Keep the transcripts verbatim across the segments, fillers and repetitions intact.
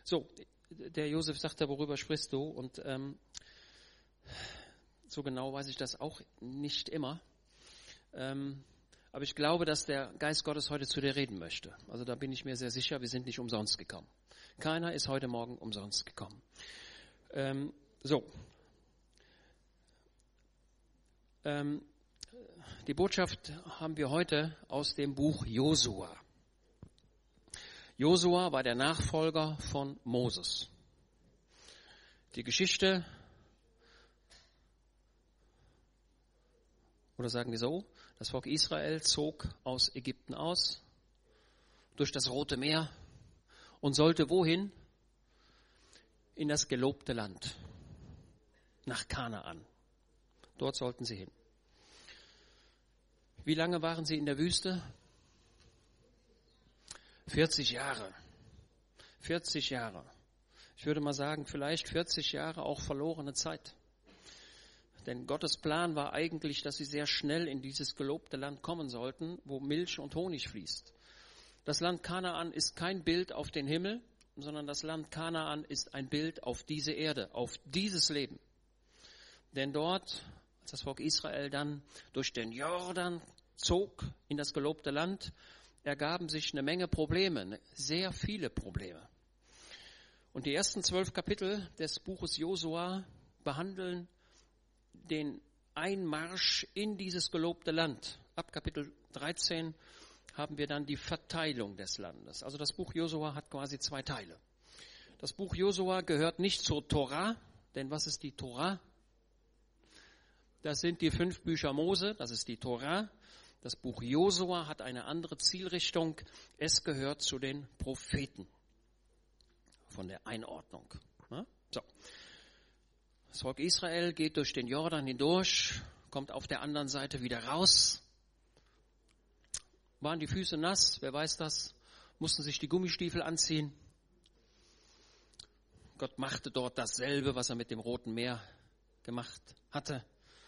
So, der Josef sagte, worüber sprichst du? Und ähm, so genau weiß ich das auch nicht immer. Ähm, aber ich glaube, dass der Geist Gottes heute zu dir reden möchte. Also da bin ich mir sehr sicher, wir sind nicht umsonst gekommen. Keiner ist heute Morgen umsonst gekommen. Ähm, so. Ähm, die Botschaft haben wir heute aus dem Buch Josua. Josua war der Nachfolger von Moses. Die Geschichte, oder sagen wir so, das Volk Israel zog aus Ägypten aus, durch das Rote Meer und sollte wohin? In das gelobte Land, nach Kanaan. Dort sollten sie hin. Wie lange waren sie in der Wüste? vierzig Jahre. vierzig Jahre. Ich würde mal sagen, vielleicht vierzig Jahre auch verlorene Zeit. Denn Gottes Plan war eigentlich, dass sie sehr schnell in dieses gelobte Land kommen sollten, wo Milch und Honig fließt. Das Land Kanaan ist kein Bild auf den Himmel, sondern das Land Kanaan ist ein Bild auf diese Erde, auf dieses Leben. Denn dort, als das Volk Israel dann durch den Jordan zog in das gelobte Land, ergaben sich eine Menge Probleme, sehr viele Probleme. Und die ersten zwölf Kapitel des Buches Josua behandeln den Einmarsch in dieses gelobte Land. Ab Kapitel dreizehn haben wir dann die Verteilung des Landes. Also das Buch Josua hat quasi zwei Teile. Das Buch Josua gehört nicht zur Tora, denn was ist die Tora? Das sind die fünf Bücher Mose, das ist die Tora. Das Buch Josua hat eine andere Zielrichtung. Es gehört zu den Propheten. Von der Einordnung. So. Das Volk Israel geht durch den Jordan hindurch, kommt auf der anderen Seite wieder raus. Waren die Füße nass? Wer weiß das? Mussten sich die Gummistiefel anziehen. Gott machte dort dasselbe, was er mit dem Roten Meer gemacht hatte.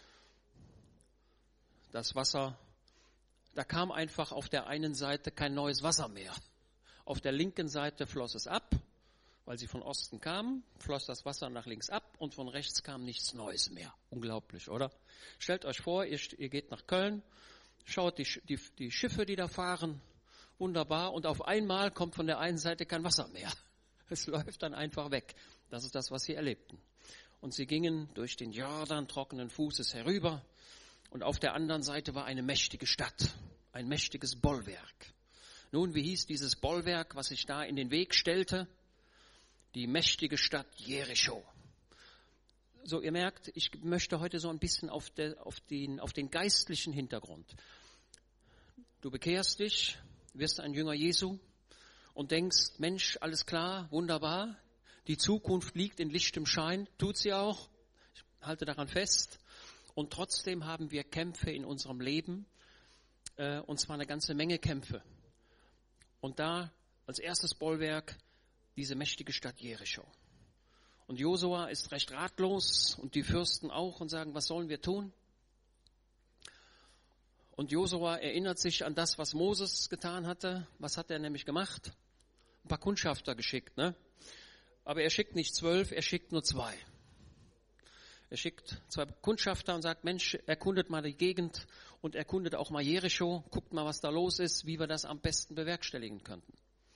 Das Wasser, da kam einfach auf der einen Seite kein neues Wasser mehr. Auf der linken Seite floss es ab, weil sie von Osten kamen, floss das Wasser nach links ab und von rechts kam nichts Neues mehr. Unglaublich, oder? Stellt euch vor, ihr, ihr geht nach Köln, schaut die, die, die Schiffe, die da fahren, wunderbar, und auf einmal kommt von der einen Seite kein Wasser mehr. Es läuft dann einfach weg. Das ist das, was sie erlebten. Und sie gingen durch den Jordan trockenen Fußes herüber. Und auf der anderen Seite war eine mächtige Stadt, ein mächtiges Bollwerk. Nun, wie hieß dieses Bollwerk, was sich da in den Weg stellte? Die mächtige Stadt Jericho. So, ihr merkt, ich möchte heute so ein bisschen auf, der, auf, den, auf den geistlichen Hintergrund. Du bekehrst dich, wirst ein Jünger Jesu und denkst, Mensch, alles klar, wunderbar, die Zukunft liegt in lichtem Schein, tut sie auch, ich halte daran fest. Und trotzdem haben wir Kämpfe in unserem Leben, äh, und zwar eine ganze Menge Kämpfe. Und da als erstes Bollwerk diese mächtige Stadt Jericho. Und Josua ist recht ratlos und die Fürsten auch und sagen, was sollen wir tun? Und Josua erinnert sich an das, was Moses getan hatte. Was hat er nämlich gemacht? Ein paar Kundschafter geschickt, ne? Aber er schickt nicht zwölf, er schickt nur zwei. Er schickt zwei Kundschafter und sagt, Mensch, erkundet mal die Gegend und erkundet auch mal Jericho, guckt mal, was da los ist, wie wir das am besten bewerkstelligen könnten.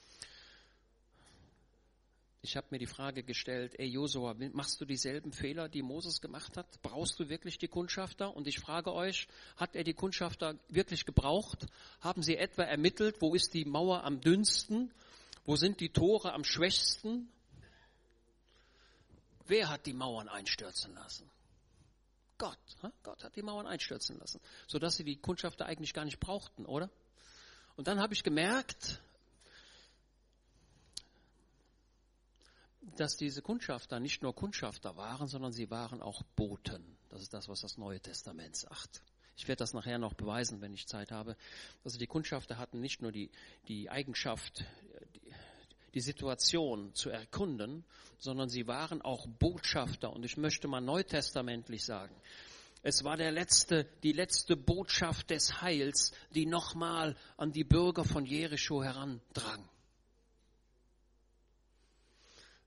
Ich habe mir die Frage gestellt, ey Josua, machst du dieselben Fehler, die Moses gemacht hat? Brauchst du wirklich die Kundschafter? Und ich frage euch, hat er die Kundschafter wirklich gebraucht? Haben sie etwa ermittelt, wo ist die Mauer am dünnsten? Wo sind die Tore am schwächsten? Wer hat die Mauern einstürzen lassen? Gott. Gott hat die Mauern einstürzen lassen, sodass sie die Kundschafter eigentlich gar nicht brauchten, oder? Und dann habe ich gemerkt, dass diese Kundschafter nicht nur Kundschafter waren, sondern sie waren auch Boten. Das ist das, was das Neue Testament sagt. Ich werde das nachher noch beweisen, wenn ich Zeit habe. Also die Kundschafter hatten nicht nur die, die Eigenschaft, die, die Situation zu erkunden, sondern sie waren auch Botschafter. Und ich möchte mal neutestamentlich sagen, es war der letzte, die letzte Botschaft des Heils, die nochmal an die Bürger von Jericho herandrang.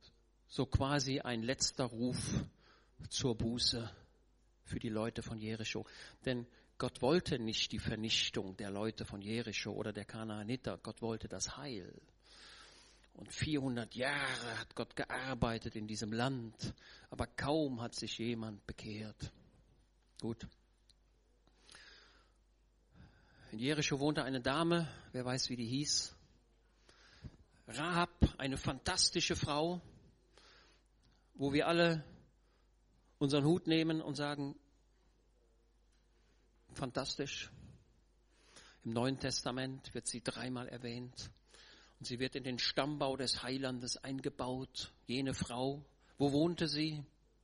so quasi ein letzter Ruf zur Buße für die Leute von Jericho. Denn Gott wollte nicht die Vernichtung der Leute von Jericho oder der Kanaaniter. Gott wollte das Heil. Und vierhundert Jahre hat Gott gearbeitet in diesem Land, aber kaum hat sich jemand bekehrt. Gut. In Jericho wohnte eine Dame, wer weiß, wie die hieß. Rahab, eine fantastische Frau, wo wir alle unseren Hut nehmen und sagen, fantastisch. Im Neuen Testament wird sie dreimal erwähnt. Und sie wird in den Stammbau des Heilandes eingebaut. Jene Frau, wo wohnte sie?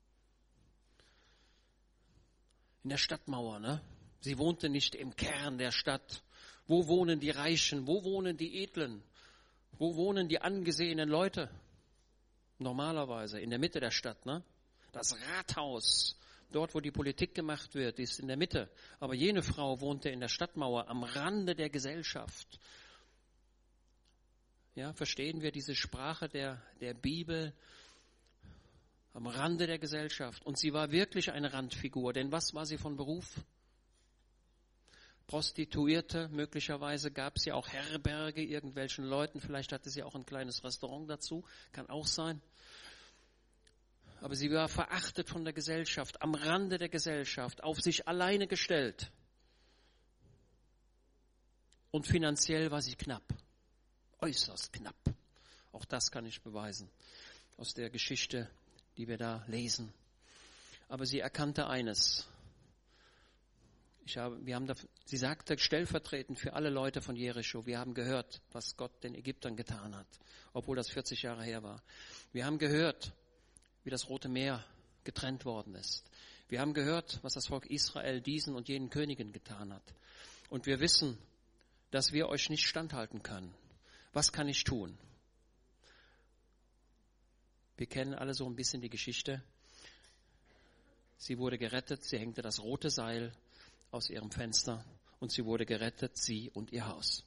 In der Stadtmauer, ne? Sie wohnte nicht im Kern der Stadt. Wo wohnen die Reichen? Wo wohnen die Edlen? Wo wohnen die angesehenen Leute? Normalerweise in der Mitte der Stadt, ne? Das Rathaus, dort wo die Politik gemacht wird, ist in der Mitte. Aber jene Frau wohnte in der Stadtmauer, am Rande der Gesellschaft. Ja, verstehen wir diese Sprache der, der Bibel? Am Rande der Gesellschaft. Und sie war wirklich eine Randfigur, denn was war sie von Beruf? Prostituierte, möglicherweise gab sie auch Herberge irgendwelchen Leuten, vielleicht hatte sie auch ein kleines Restaurant dazu, kann auch sein. Aber sie war verachtet von der Gesellschaft, am Rande der Gesellschaft, auf sich alleine gestellt. Und finanziell war sie knapp, äußerst knapp. Auch das kann ich beweisen aus der Geschichte, die wir da lesen. Aber sie erkannte eines. Ich habe, wir haben da, sie sagte stellvertretend für alle Leute von Jericho, wir haben gehört, was Gott den Ägyptern getan hat, obwohl das vierzig Jahre her war. Wir haben gehört, wie das Rote Meer getrennt worden ist. Wir haben gehört, was das Volk Israel diesen und jenen Königen getan hat. Und wir wissen, dass wir euch nicht standhalten können. Was kann ich tun? Wir kennen alle so ein bisschen die Geschichte. Sie wurde gerettet, sie hängte das rote Seil aus ihrem Fenster und sie wurde gerettet, sie und ihr Haus.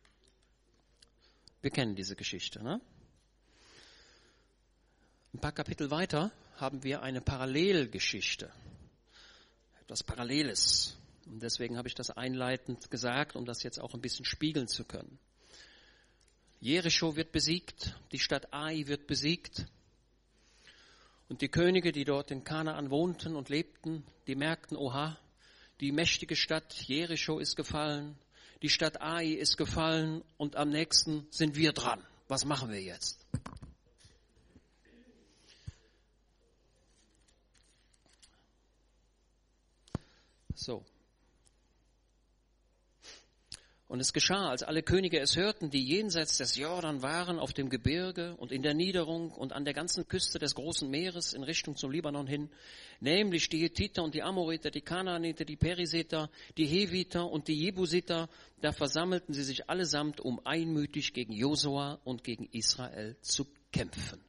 Wir kennen diese Geschichte, ne? Ein paar Kapitel weiter haben wir eine Parallelgeschichte, etwas Paralleles. Und deswegen habe ich das einleitend gesagt, um das jetzt auch ein bisschen spiegeln zu können. Jericho wird besiegt, die Stadt Ai wird besiegt. Und die Könige, die dort in Kanaan wohnten und lebten, die merkten, oha, die mächtige Stadt Jericho ist gefallen, die Stadt Ai ist gefallen und am nächsten sind wir dran. Was machen wir jetzt? So. Und es geschah, als alle Könige es hörten, die jenseits des Jordan waren, auf dem Gebirge und in der Niederung und an der ganzen Küste des großen Meeres in Richtung zum Libanon hin, nämlich die Hethiter und die Amoriter, die Kanaaniter, die Periseter, die Heviter und die Jebusiter, da versammelten sie sich allesamt, um einmütig gegen Josua und gegen Israel zu kämpfen.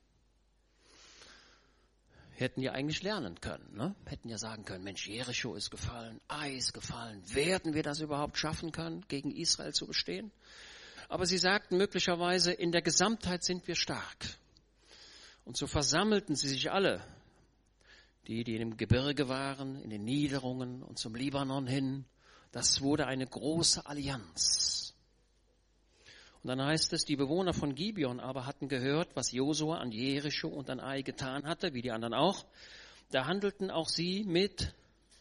Hätten ja eigentlich lernen können, ne? Hätten ja sagen können, Mensch, Jericho ist gefallen, Ai ist gefallen. Werden wir das überhaupt schaffen können, gegen Israel zu bestehen? Aber sie sagten möglicherweise, in der Gesamtheit sind wir stark. Und so versammelten sie sich alle, die, die im Gebirge waren, in den Niederungen und zum Libanon hin. Das wurde eine große Allianz. Und dann heißt es, die Bewohner von Gibeon aber hatten gehört, was Josua an Jericho und an Ai getan hatte, wie die anderen auch. Da handelten auch sie mit.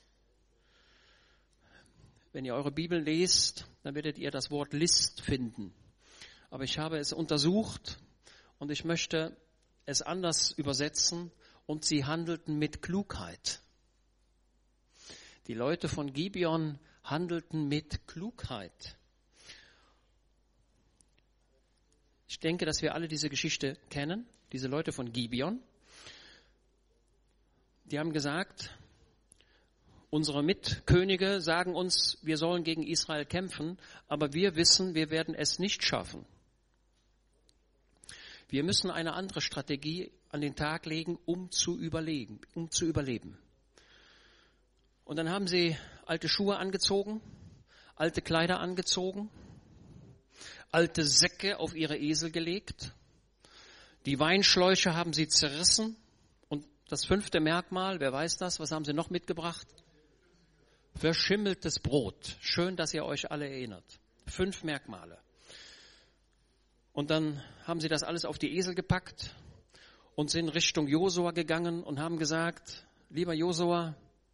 Wenn ihr eure Bibel lest, dann werdet ihr das Wort List finden. Aber ich habe es untersucht und ich möchte es anders übersetzen. Und sie handelten mit Klugheit. Die Leute von Gibeon handelten mit Klugheit. Ich denke, dass wir alle diese Geschichte kennen, diese Leute von Gibeon. Die haben gesagt, unsere Mitkönige sagen uns, wir sollen gegen Israel kämpfen, aber wir wissen, wir werden es nicht schaffen. Wir müssen eine andere Strategie an den Tag legen, um zu überleben, um zu überleben. Und dann haben sie alte Schuhe angezogen, alte Kleider angezogen, alte Säcke auf ihre Esel gelegt. Die Weinschläuche haben sie zerrissen. Und das fünfte Merkmal, wer weiß das, was haben sie noch mitgebracht? Verschimmeltes Brot. Schön, dass ihr euch alle erinnert. Fünf Merkmale. Und dann haben sie das alles auf die Esel gepackt und sind Richtung Josua gegangen und haben gesagt, lieber Josua,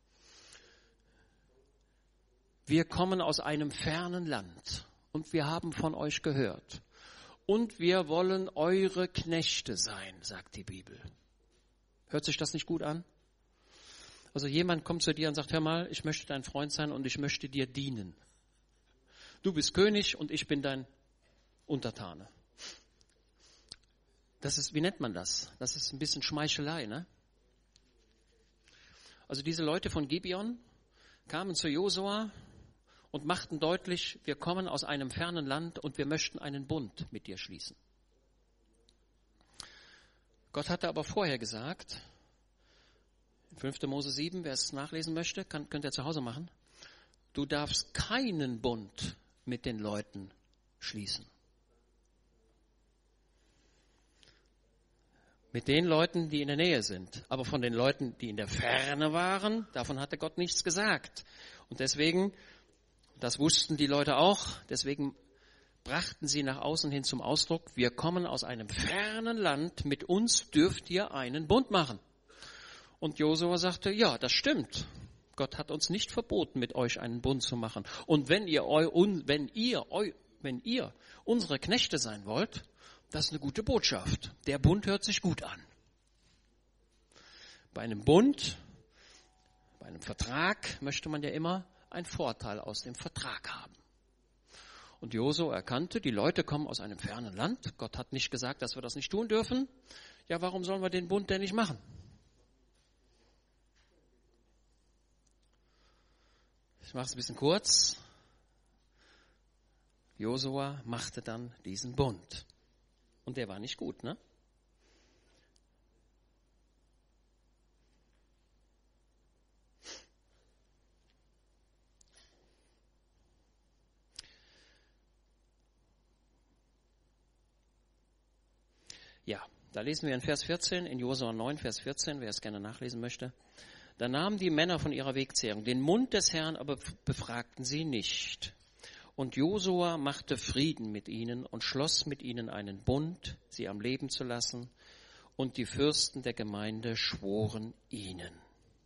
wir kommen aus einem fernen Land und wir haben von euch gehört. Und wir wollen eure Knechte sein, sagt die Bibel. Hört sich das nicht gut an? Also jemand kommt zu dir und sagt, hör mal, ich möchte dein Freund sein und ich möchte dir dienen. Du bist König und ich bin dein Untertane. Das ist, wie nennt man das? Das ist ein bisschen Schmeichelei, ne? Also diese Leute von Gibeon kamen zu Josua und machten deutlich, wir kommen aus einem fernen Land und wir möchten einen Bund mit dir schließen. Gott hatte aber vorher gesagt, in fünfter Mose sieben, wer es nachlesen möchte, kann, könnt ihr zu Hause machen, du darfst keinen Bund mit den Leuten schließen. Mit den Leuten, die in der Nähe sind. Aber von den Leuten, die in der Ferne waren, davon hatte Gott nichts gesagt. Und deswegen, das wussten die Leute auch, deswegen brachten sie nach außen hin zum Ausdruck, wir kommen aus einem fernen Land, mit uns dürft ihr einen Bund machen. Und Josua sagte, ja, das stimmt. Gott hat uns nicht verboten, mit euch einen Bund zu machen. Und wenn ihr, eu, wenn ihr, eu, wenn ihr unsere Knechte sein wollt, das ist eine gute Botschaft. Der Bund hört sich gut an. Bei einem Bund, bei einem Vertrag möchte man ja immer einen Vorteil aus dem Vertrag haben. Und Josua erkannte, die Leute kommen aus einem fernen Land. Gott hat nicht gesagt, dass wir das nicht tun dürfen. Ja, warum sollen wir den Bund denn nicht machen? Ich mache es ein bisschen kurz. Josua machte dann diesen Bund. Und der war nicht gut, ne? Ja, da lesen wir in Vers vierzehn, in Josua neun, Vers vierzehn, wer es gerne nachlesen möchte. Da nahmen die Männer von ihrer Wegzehrung den Mund des Herrn, aber befragten sie nicht. Und Josua machte Frieden mit ihnen und schloss mit ihnen einen Bund, sie am Leben zu lassen. Und die Fürsten der Gemeinde schworen ihnen.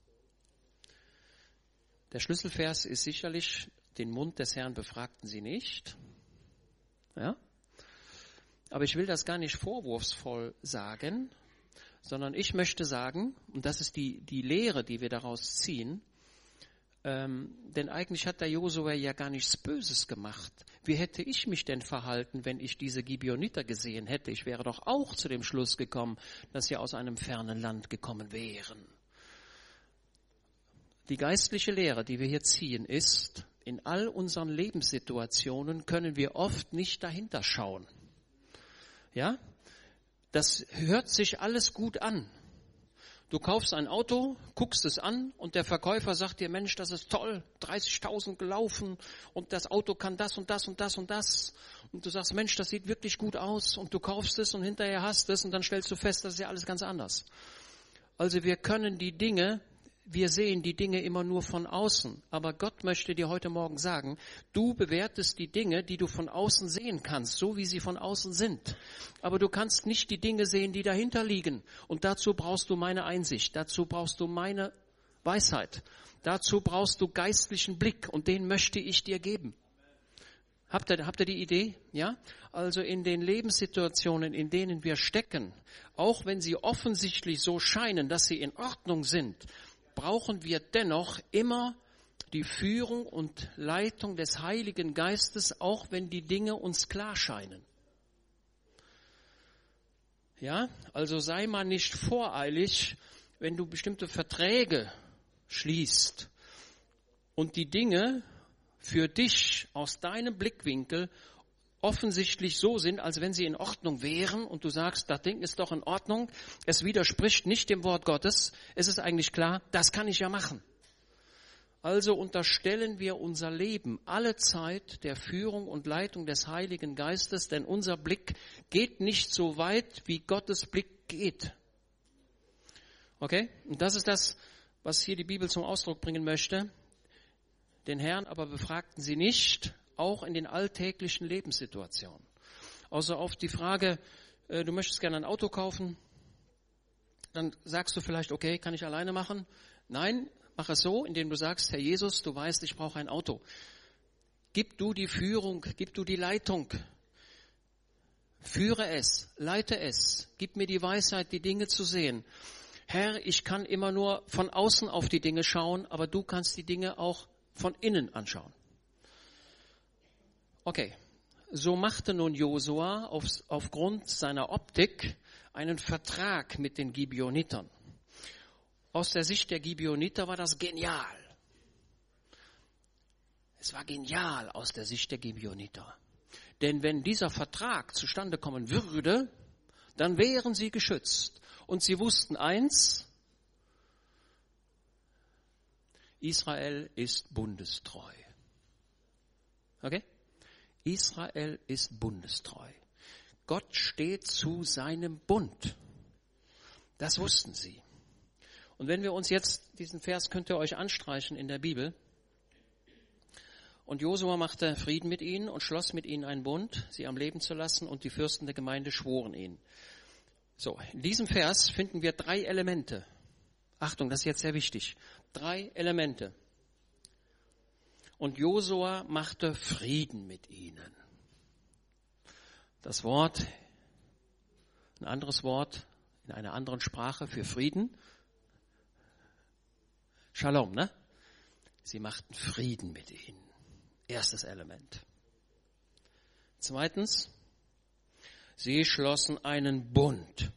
Der Schlüsselvers ist sicherlich, den Mund des Herrn befragten sie nicht. Ja? Aber ich will das gar nicht vorwurfsvoll sagen, sondern ich möchte sagen, und das ist die, die Lehre, die wir daraus ziehen, Ähm, denn eigentlich hat der Josua ja gar nichts Böses gemacht. Wie hätte ich mich denn verhalten, wenn ich diese Gibeoniter gesehen hätte? Ich wäre doch auch zu dem Schluss gekommen, dass sie aus einem fernen Land gekommen wären. Die geistliche Lehre, die wir hier ziehen, ist, in all unseren Lebenssituationen können wir oft nicht dahinter schauen. Ja? Das hört sich alles gut an. Du kaufst ein Auto, guckst es an und der Verkäufer sagt dir, Mensch, das ist toll, dreißigtausend gelaufen und das Auto kann das und das und das und das. Und du sagst, Mensch, das sieht wirklich gut aus und du kaufst es und hinterher hast es und dann stellst du fest, das ist ja alles ganz anders. Also wir können die Dinge, wir sehen die Dinge immer nur von außen. Aber Gott möchte dir heute Morgen sagen, du bewertest die Dinge, die du von außen sehen kannst, so wie sie von außen sind. Aber du kannst nicht die Dinge sehen, die dahinter liegen. Und dazu brauchst du meine Einsicht, dazu brauchst du meine Weisheit, dazu brauchst du geistlichen Blick und den möchte ich dir geben. Habt ihr, habt ihr die Idee? Ja? Also in den Lebenssituationen, in denen wir stecken, auch wenn sie offensichtlich so scheinen, dass sie in Ordnung sind, brauchen wir dennoch immer die Führung und Leitung des Heiligen Geistes, auch wenn die Dinge uns klar scheinen. Ja, also sei mal nicht voreilig, wenn du bestimmte Verträge schließt und die Dinge für dich aus deinem Blickwinkel offensichtlich so sind, als wenn sie in Ordnung wären und du sagst, das Ding ist doch in Ordnung, es widerspricht nicht dem Wort Gottes, es ist eigentlich klar, das kann ich ja machen. Also unterstellen wir unser Leben alle Zeit der Führung und Leitung des Heiligen Geistes, denn unser Blick geht nicht so weit, wie Gottes Blick geht. Okay? Und das ist das, was hier die Bibel zum Ausdruck bringen möchte. Den Herrn aber befragten sie nicht, auch in den alltäglichen Lebenssituationen. Also auf die Frage, äh, du möchtest gerne ein Auto kaufen, dann sagst du vielleicht, okay, kann ich alleine machen? Nein, mach es so, indem du sagst, Herr Jesus, du weißt, ich brauche ein Auto. Gib du die Führung, gib du die Leitung. Führe es, leite es, gib mir die Weisheit, die Dinge zu sehen. Herr, ich kann immer nur von außen auf die Dinge schauen, aber du kannst die Dinge auch von innen anschauen. Okay, so machte nun Josua auf, aufgrund seiner Optik einen Vertrag mit den Gibeonitern. Aus der Sicht der Gibeoniter war das genial. Es war genial aus der Sicht der Gibeoniter. Denn wenn dieser Vertrag zustande kommen würde, dann wären sie geschützt. Und sie wussten eins, Israel ist bundestreu. Okay? Israel ist bundestreu. Gott steht zu seinem Bund. Das wussten sie. Und wenn wir uns jetzt, diesen Vers könnt ihr euch anstreichen in der Bibel. Und Josua machte Frieden mit ihnen und schloss mit ihnen einen Bund, sie am Leben zu lassen, und die Fürsten der Gemeinde schworen ihnen. So, in diesem Vers finden wir drei Elemente. Achtung, das ist jetzt sehr wichtig. Drei Elemente. Und Josua machte Frieden mit ihnen. Das Wort, ein anderes Wort in einer anderen Sprache für Frieden, Shalom, ne? Sie machten Frieden mit ihnen. Erstes Element. Zweitens, sie schlossen einen Bund.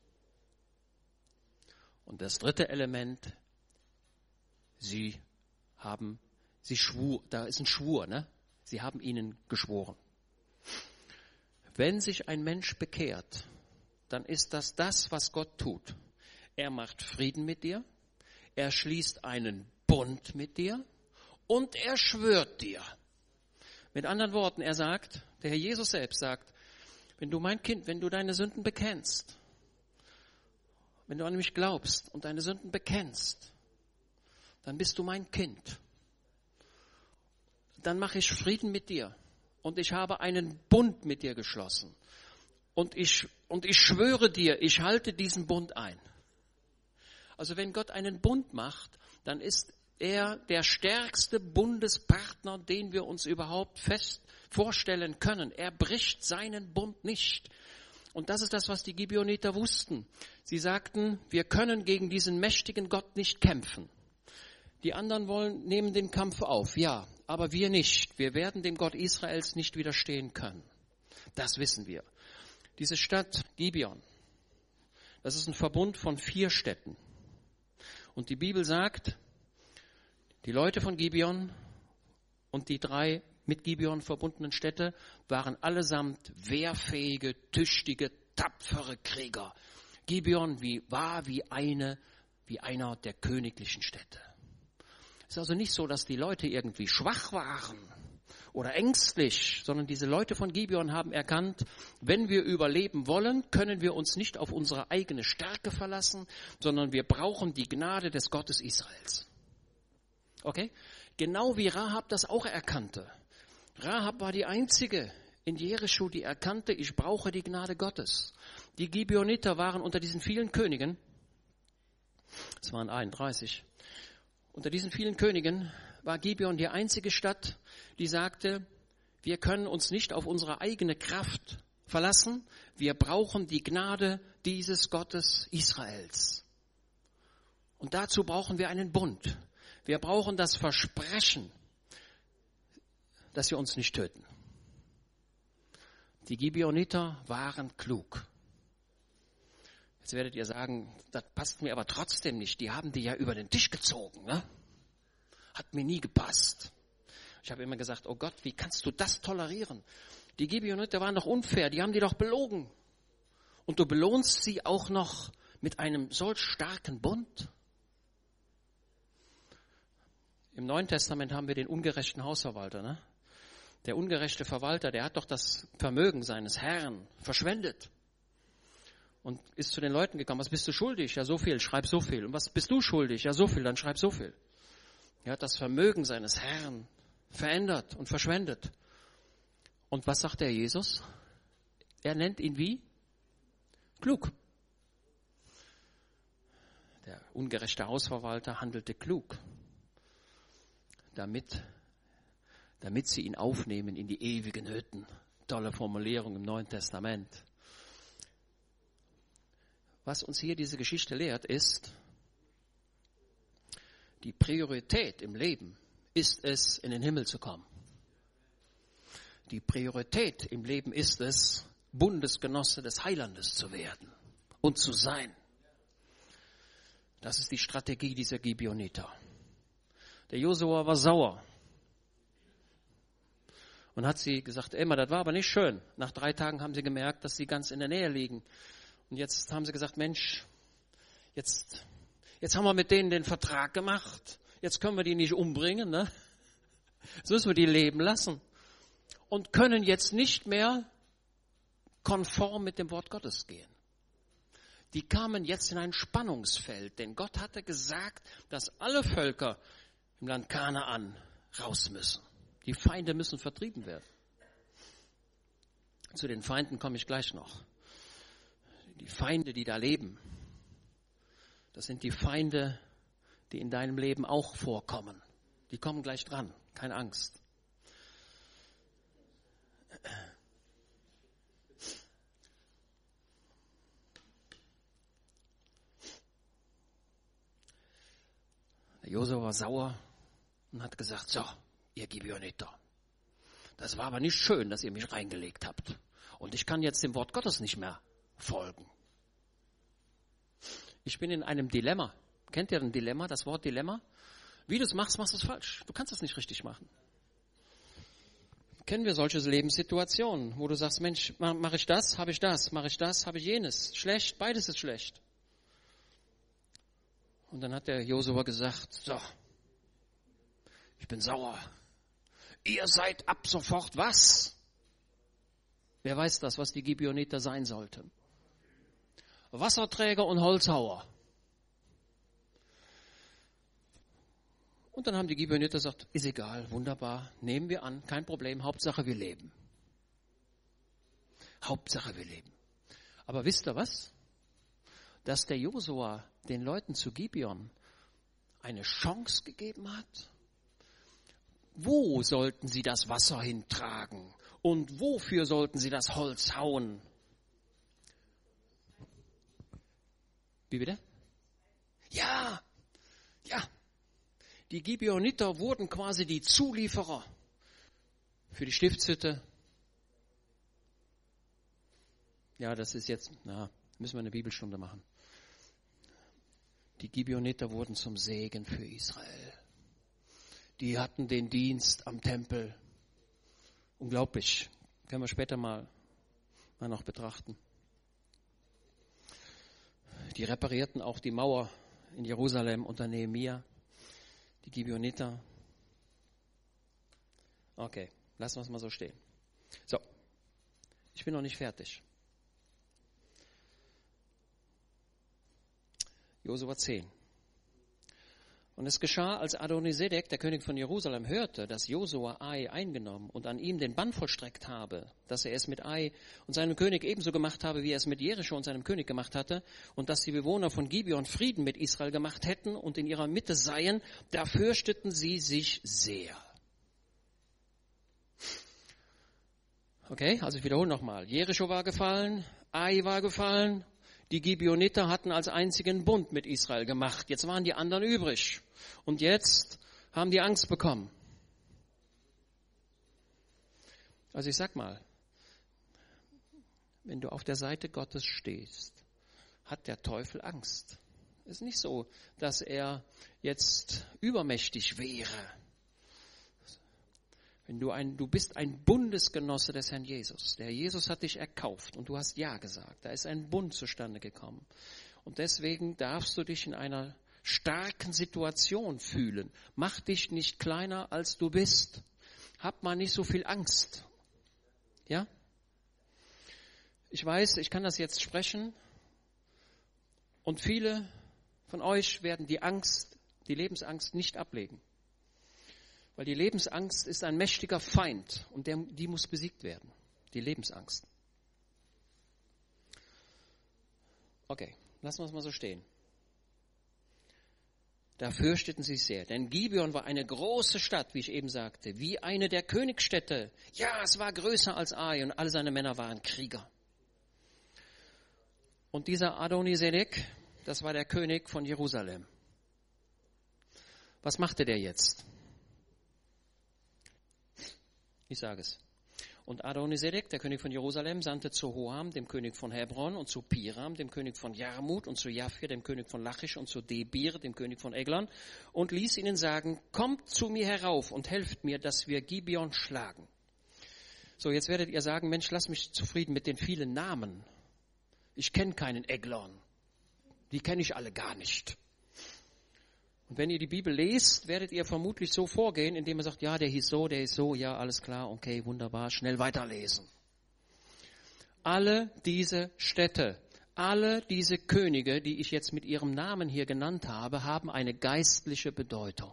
Und das dritte Element, sie haben, sie schwur, da ist ein Schwur, ne? Sie haben ihnen geschworen. Wenn sich ein Mensch bekehrt, dann ist das das, was Gott tut. Er macht Frieden mit dir. Er schließt einen Bund mit dir und er schwört dir. Mit anderen Worten, er sagt, der Herr Jesus selbst sagt, wenn du mein Kind, wenn du deine Sünden bekennst, wenn du an mich glaubst und deine Sünden bekennst, dann bist du mein Kind. Dann mache ich Frieden mit dir und ich habe einen Bund mit dir geschlossen. Und ich, und ich schwöre dir, ich halte diesen Bund ein. Also wenn Gott einen Bund macht, dann ist er der stärkste Bundespartner, den wir uns überhaupt fest vorstellen können. Er bricht seinen Bund nicht. Und das ist das, was die Gibeoniter wussten. Sie sagten, wir können gegen diesen mächtigen Gott nicht kämpfen. Die anderen wollen, nehmen den Kampf auf, ja, aber wir nicht. Wir werden dem Gott Israels nicht widerstehen können. Das wissen wir. Diese Stadt Gibeon, das ist ein Verbund von vier Städten. Und die Bibel sagt, die Leute von Gibeon und die drei mit Gibeon verbundenen Städte waren allesamt wehrfähige, tüchtige, tapfere Krieger. Gibeon wie, war wie, eine, wie einer der königlichen Städte. Es ist also nicht so, dass die Leute irgendwie schwach waren oder ängstlich, sondern diese Leute von Gibeon haben erkannt, wenn wir überleben wollen, können wir uns nicht auf unsere eigene Stärke verlassen, sondern wir brauchen die Gnade des Gottes Israels. Okay? Genau wie Rahab das auch erkannte. Rahab war die einzige in Jericho, die erkannte, ich brauche die Gnade Gottes. Die Gibeoniter waren unter diesen vielen Königen, es waren einunddreißig, unter diesen vielen Königen war Gibeon die einzige Stadt, die sagte, wir können uns nicht auf unsere eigene Kraft verlassen, wir brauchen die Gnade dieses Gottes Israels. Und dazu brauchen wir einen Bund. Wir brauchen das Versprechen, dass wir uns nicht töten. Die Gibeoniter waren klug. Jetzt werdet ihr sagen, das passt mir aber trotzdem nicht. Die haben die ja über den Tisch gezogen, ne? Hat mir nie gepasst. Ich habe immer gesagt, oh Gott, wie kannst du das tolerieren? Die Gibeoniter waren doch unfair, die haben die doch belogen. Und du belohnst sie auch noch mit einem solch starken Bund? Im Neuen Testament haben wir den ungerechten Hausverwalter. Ne? Der ungerechte Verwalter, der hat doch das Vermögen seines Herrn verschwendet. Und ist zu den Leuten gekommen, was bist du schuldig? Ja, so viel, schreib so viel. Und was bist du schuldig? Ja, so viel, dann schreib so viel. Er hat das Vermögen seines Herrn verändert und verschwendet. Und was sagt der Jesus? Er nennt ihn wie? Klug. Der ungerechte Hausverwalter handelte klug, damit, damit sie ihn aufnehmen in die ewigen Hütten. Tolle Formulierung im Neuen Testament. Was uns hier diese Geschichte lehrt, ist, die Priorität im Leben ist es, in den Himmel zu kommen. Die Priorität im Leben ist es, Bundesgenosse des Heilandes zu werden und zu sein. Das ist die Strategie dieser Gibeoniter. Der Josua war sauer und hat sie gesagt, Emma, das war aber nicht schön. Nach drei Tagen haben sie gemerkt, dass sie ganz in der Nähe liegen. Und jetzt haben sie gesagt, Mensch, jetzt, jetzt haben wir mit denen den Vertrag gemacht. Jetzt können wir die nicht umbringen, ne? Jetzt müssen wir die leben lassen. Und können jetzt nicht mehr konform mit dem Wort Gottes gehen. Die kamen jetzt in ein Spannungsfeld, denn Gott hatte gesagt, dass alle Völker im Land Kanaan raus müssen. Die Feinde müssen vertrieben werden. Zu den Feinden komme ich gleich noch. Die Feinde, die da leben, das sind die Feinde, die in deinem Leben auch vorkommen. Die kommen gleich dran, keine Angst. Der Josua war sauer und hat gesagt, so, ihr Gibeoniter, das war aber nicht schön, dass ihr mich reingelegt habt. Und ich kann jetzt dem Wort Gottes nicht mehr folgen. Ich bin in einem Dilemma. Kennt ihr ein Dilemma, das Wort Dilemma? Wie du es machst, machst du es falsch. Du kannst es nicht richtig machen. Kennen wir solche Lebenssituationen, wo du sagst, Mensch, mache ich das, habe ich das, mache ich das, habe ich jenes. Schlecht, beides ist schlecht. Und dann hat der Josua gesagt, so, ich bin sauer. Ihr seid ab sofort was? Wer weiß das, was die Gibeoniter sein sollten? Wasserträger und Holzhauer. Und dann haben die Gibeoniter gesagt, ist egal, wunderbar, nehmen wir an, kein Problem, Hauptsache wir leben. Hauptsache wir leben. Aber wisst ihr was? Dass der Josua den Leuten zu Gibeon eine Chance gegeben hat? Wo sollten sie das Wasser hintragen? Und wofür sollten sie das Holz hauen? Wie bitte? Ja, ja. Die Gibeoniter wurden quasi die Zulieferer für die Stiftshütte. Ja, das ist jetzt, na, müssen wir eine Bibelstunde machen. Die Gibeoniter wurden zum Segen für Israel. Die hatten den Dienst am Tempel. Unglaublich. Können wir später mal, mal noch betrachten. Die reparierten auch die Mauer in Jerusalem unter Nehemia. Die Gibeoniter. Okay, lassen wir es mal so stehen. So, ich bin noch nicht fertig. Josua zehn. Und es geschah, als Adonisedek, der König von Jerusalem, hörte, dass Josua Ai eingenommen und an ihm den Bann vollstreckt habe, dass er es mit Ai und seinem König ebenso gemacht habe, wie er es mit Jericho und seinem König gemacht hatte, und dass die Bewohner von Gibeon Frieden mit Israel gemacht hätten und in ihrer Mitte seien, da fürchteten sie sich sehr. Okay, also ich wiederhole nochmal. Jericho war gefallen, Ai war gefallen. Die Gibeoniter hatten als einzigen Bund mit Israel gemacht. Jetzt waren die anderen übrig. Und jetzt haben die Angst bekommen. Also ich sag mal, wenn du auf der Seite Gottes stehst, hat der Teufel Angst. Es ist nicht so, dass er jetzt übermächtig wäre. Wenn du ein, du bist ein Bundesgenosse des Herrn Jesus. Der Jesus hat dich erkauft und du hast Ja gesagt. Da ist ein Bund zustande gekommen. Und deswegen darfst du dich in einer starken Situation fühlen. Mach dich nicht kleiner, als du bist. Hab mal nicht so viel Angst. Ja? Ich weiß, ich kann das jetzt sprechen. Und viele von euch werden die Angst, die Lebensangst nicht ablegen. Weil die Lebensangst ist ein mächtiger Feind und der, die muss besiegt werden. Die Lebensangst. Okay, lassen wir es mal so stehen. Da fürchteten sie sich sehr, denn Gibeon war eine große Stadt, wie ich eben sagte, wie eine der Königsstädte. Ja, es war größer als Ai und alle seine Männer waren Krieger. Und dieser Adoni-Sedek, das war der König von Jerusalem. Was machte der jetzt? Ich sage es. Und Adoni-Sedek, der König von Jerusalem, sandte zu Hoam, dem König von Hebron, und zu Piram, dem König von Jarmut, und zu Japhia, dem König von Lachisch, und zu Debir, dem König von Eglon, und ließ ihnen sagen, kommt zu mir herauf und helft mir, dass wir Gibeon schlagen. So, jetzt werdet ihr sagen, Mensch, lass mich zufrieden mit den vielen Namen. Ich kenne keinen Eglon. Die kenne ich alle gar nicht. Und wenn ihr die Bibel lest, werdet ihr vermutlich so vorgehen, indem ihr sagt, ja, der hieß so, der ist so, ja, alles klar, okay, wunderbar, schnell weiterlesen. Alle diese Städte, alle diese Könige, die ich jetzt mit ihrem Namen hier genannt habe, haben eine geistliche Bedeutung.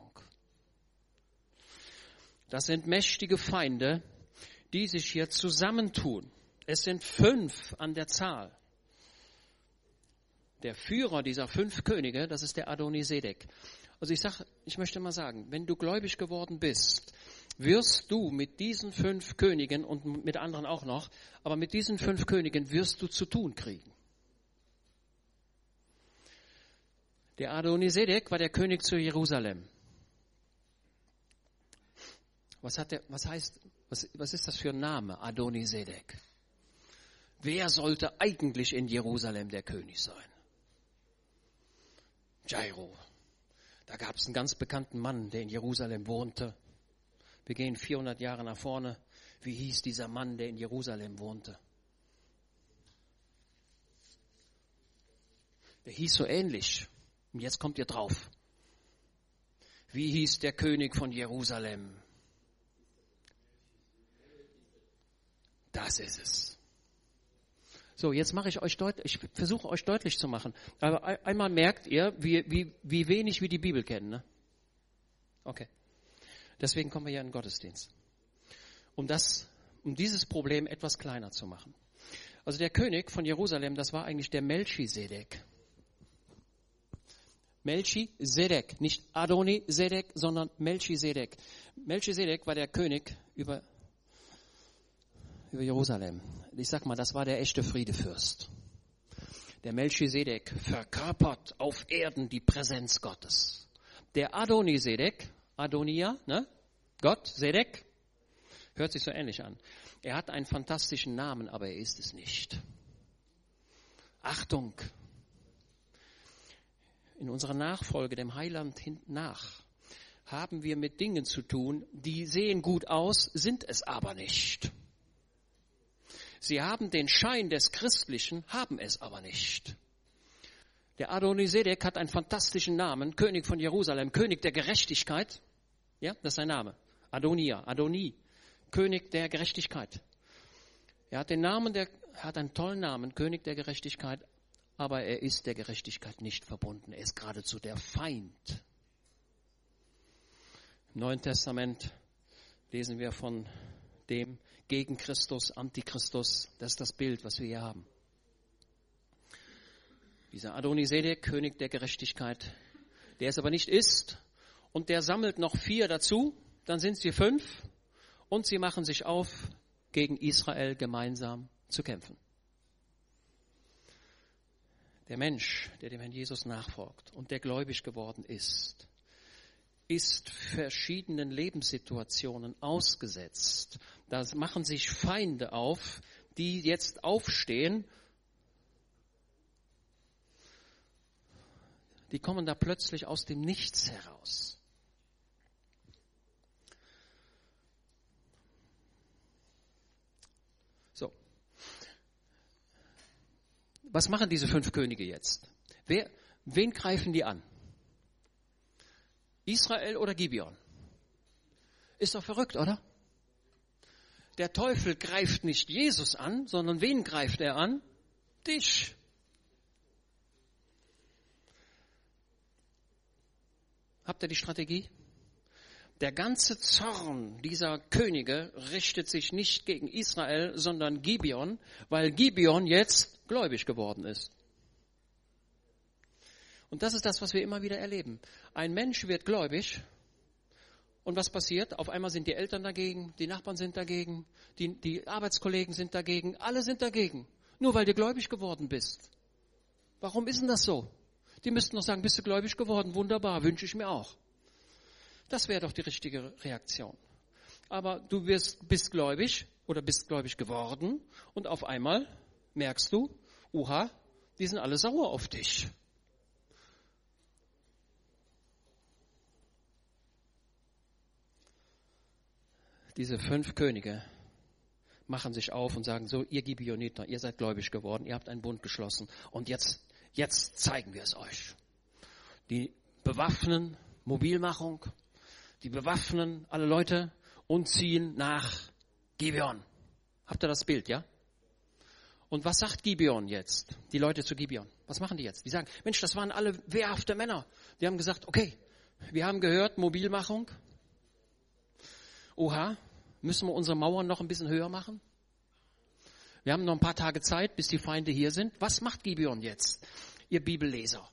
Das sind mächtige Feinde, die sich hier zusammentun. Es sind fünf an der Zahl. Der Führer dieser fünf Könige, das ist der Adoni-Sedek. Also ich sag, ich möchte mal sagen, wenn du gläubig geworden bist, wirst du mit diesen fünf Königen und mit anderen auch noch, aber mit diesen fünf Königen wirst du zu tun kriegen. Der Adoni-Sedek war der König zu Jerusalem. Was hat der, was heißt, was, was ist das für ein Name, Adoni-Sedek? Wer sollte eigentlich in Jerusalem der König sein? Jairo. Da gab es einen ganz bekannten Mann, der in Jerusalem wohnte. Wir gehen vierhundert Jahre nach vorne. Wie hieß dieser Mann, der in Jerusalem wohnte? Der hieß so ähnlich. Und jetzt kommt ihr drauf. Wie hieß der König von Jerusalem? Das ist es. So, jetzt mache ich euch deutlich, ich versuche euch deutlich zu machen. Aber einmal merkt ihr, wie, wie, wie wenig wir die Bibel kennen. Ne? Okay. Deswegen kommen wir ja in den Gottesdienst. Um das, um dieses Problem etwas kleiner zu machen. Also der König von Jerusalem, das war eigentlich der Melchisedek. Melchisedek, nicht Adoni-Sedek, sondern Melchisedek. Melchisedek war der König über über Jerusalem. Ich sag mal, das war der echte Friedefürst. Der Melchisedek verkörpert auf Erden die Präsenz Gottes. Der Adoni-Sedek, Adonia, ne? Gott, Sedek, hört sich so ähnlich an. Er hat einen fantastischen Namen, aber er ist es nicht. Achtung! In unserer Nachfolge dem Heiland hinten nach haben wir mit Dingen zu tun, die sehen gut aus, sind es aber nicht. Sie haben den Schein des Christlichen, haben es aber nicht. Der Adoni-Sedek hat einen fantastischen Namen, König von Jerusalem, König der Gerechtigkeit. Ja, das ist sein Name. Adonia, Adoni, König der Gerechtigkeit. Er hat den Namen, der, er hat einen tollen Namen, König der Gerechtigkeit, aber er ist der Gerechtigkeit nicht verbunden. Er ist geradezu der Feind. Im Neuen Testament lesen wir von dem gegen Christus, Antichristus. Das ist das Bild, was wir hier haben. Dieser Adoni-Sedek, König der Gerechtigkeit, der es aber nicht ist, und der sammelt noch vier dazu, dann sind sie fünf, und sie machen sich auf, gegen Israel gemeinsam zu kämpfen. Der Mensch, der dem Herrn Jesus nachfolgt und der gläubig geworden ist, ist verschiedenen Lebenssituationen ausgesetzt. Da machen sich Feinde auf, die jetzt aufstehen. Die kommen da plötzlich aus dem Nichts heraus. So. Was machen diese fünf Könige jetzt? Wer, wen greifen die an? Israel oder Gibeon? Ist doch verrückt, oder? Der Teufel greift nicht Jesus an, sondern wen greift er an? Dich. Habt ihr die Strategie? Der ganze Zorn dieser Könige richtet sich nicht gegen Israel, sondern Gibeon, weil Gibeon jetzt gläubig geworden ist. Und das ist das, was wir immer wieder erleben. Ein Mensch wird gläubig und was passiert? Auf einmal sind die Eltern dagegen, die Nachbarn sind dagegen, die, die Arbeitskollegen sind dagegen, alle sind dagegen. Nur weil du gläubig geworden bist. Warum ist denn das so? Die müssten doch sagen, bist du gläubig geworden? Wunderbar, wünsche ich mir auch. Das wäre doch die richtige Reaktion. Aber du wirst, bist gläubig oder bist gläubig geworden und auf einmal merkst du, oha, die sind alle sauer auf dich. Diese fünf Könige machen sich auf und sagen so, ihr Gibeoniter, ihr seid gläubig geworden, ihr habt einen Bund geschlossen und jetzt, jetzt zeigen wir es euch. Die bewaffnen Mobilmachung, die bewaffnen alle Leute und ziehen nach Gibeon. Habt ihr das Bild, ja? Und was sagt Gibeon jetzt? Die Leute zu Gibeon. Was machen die jetzt? Die sagen, Mensch, das waren alle wehrhafte Männer. Die haben gesagt, okay, wir haben gehört, Mobilmachung. Oha, müssen wir unsere Mauern noch ein bisschen höher machen? Wir haben noch ein paar Tage Zeit, bis die Feinde hier sind. Was macht Gibeon jetzt, ihr Bibelleser?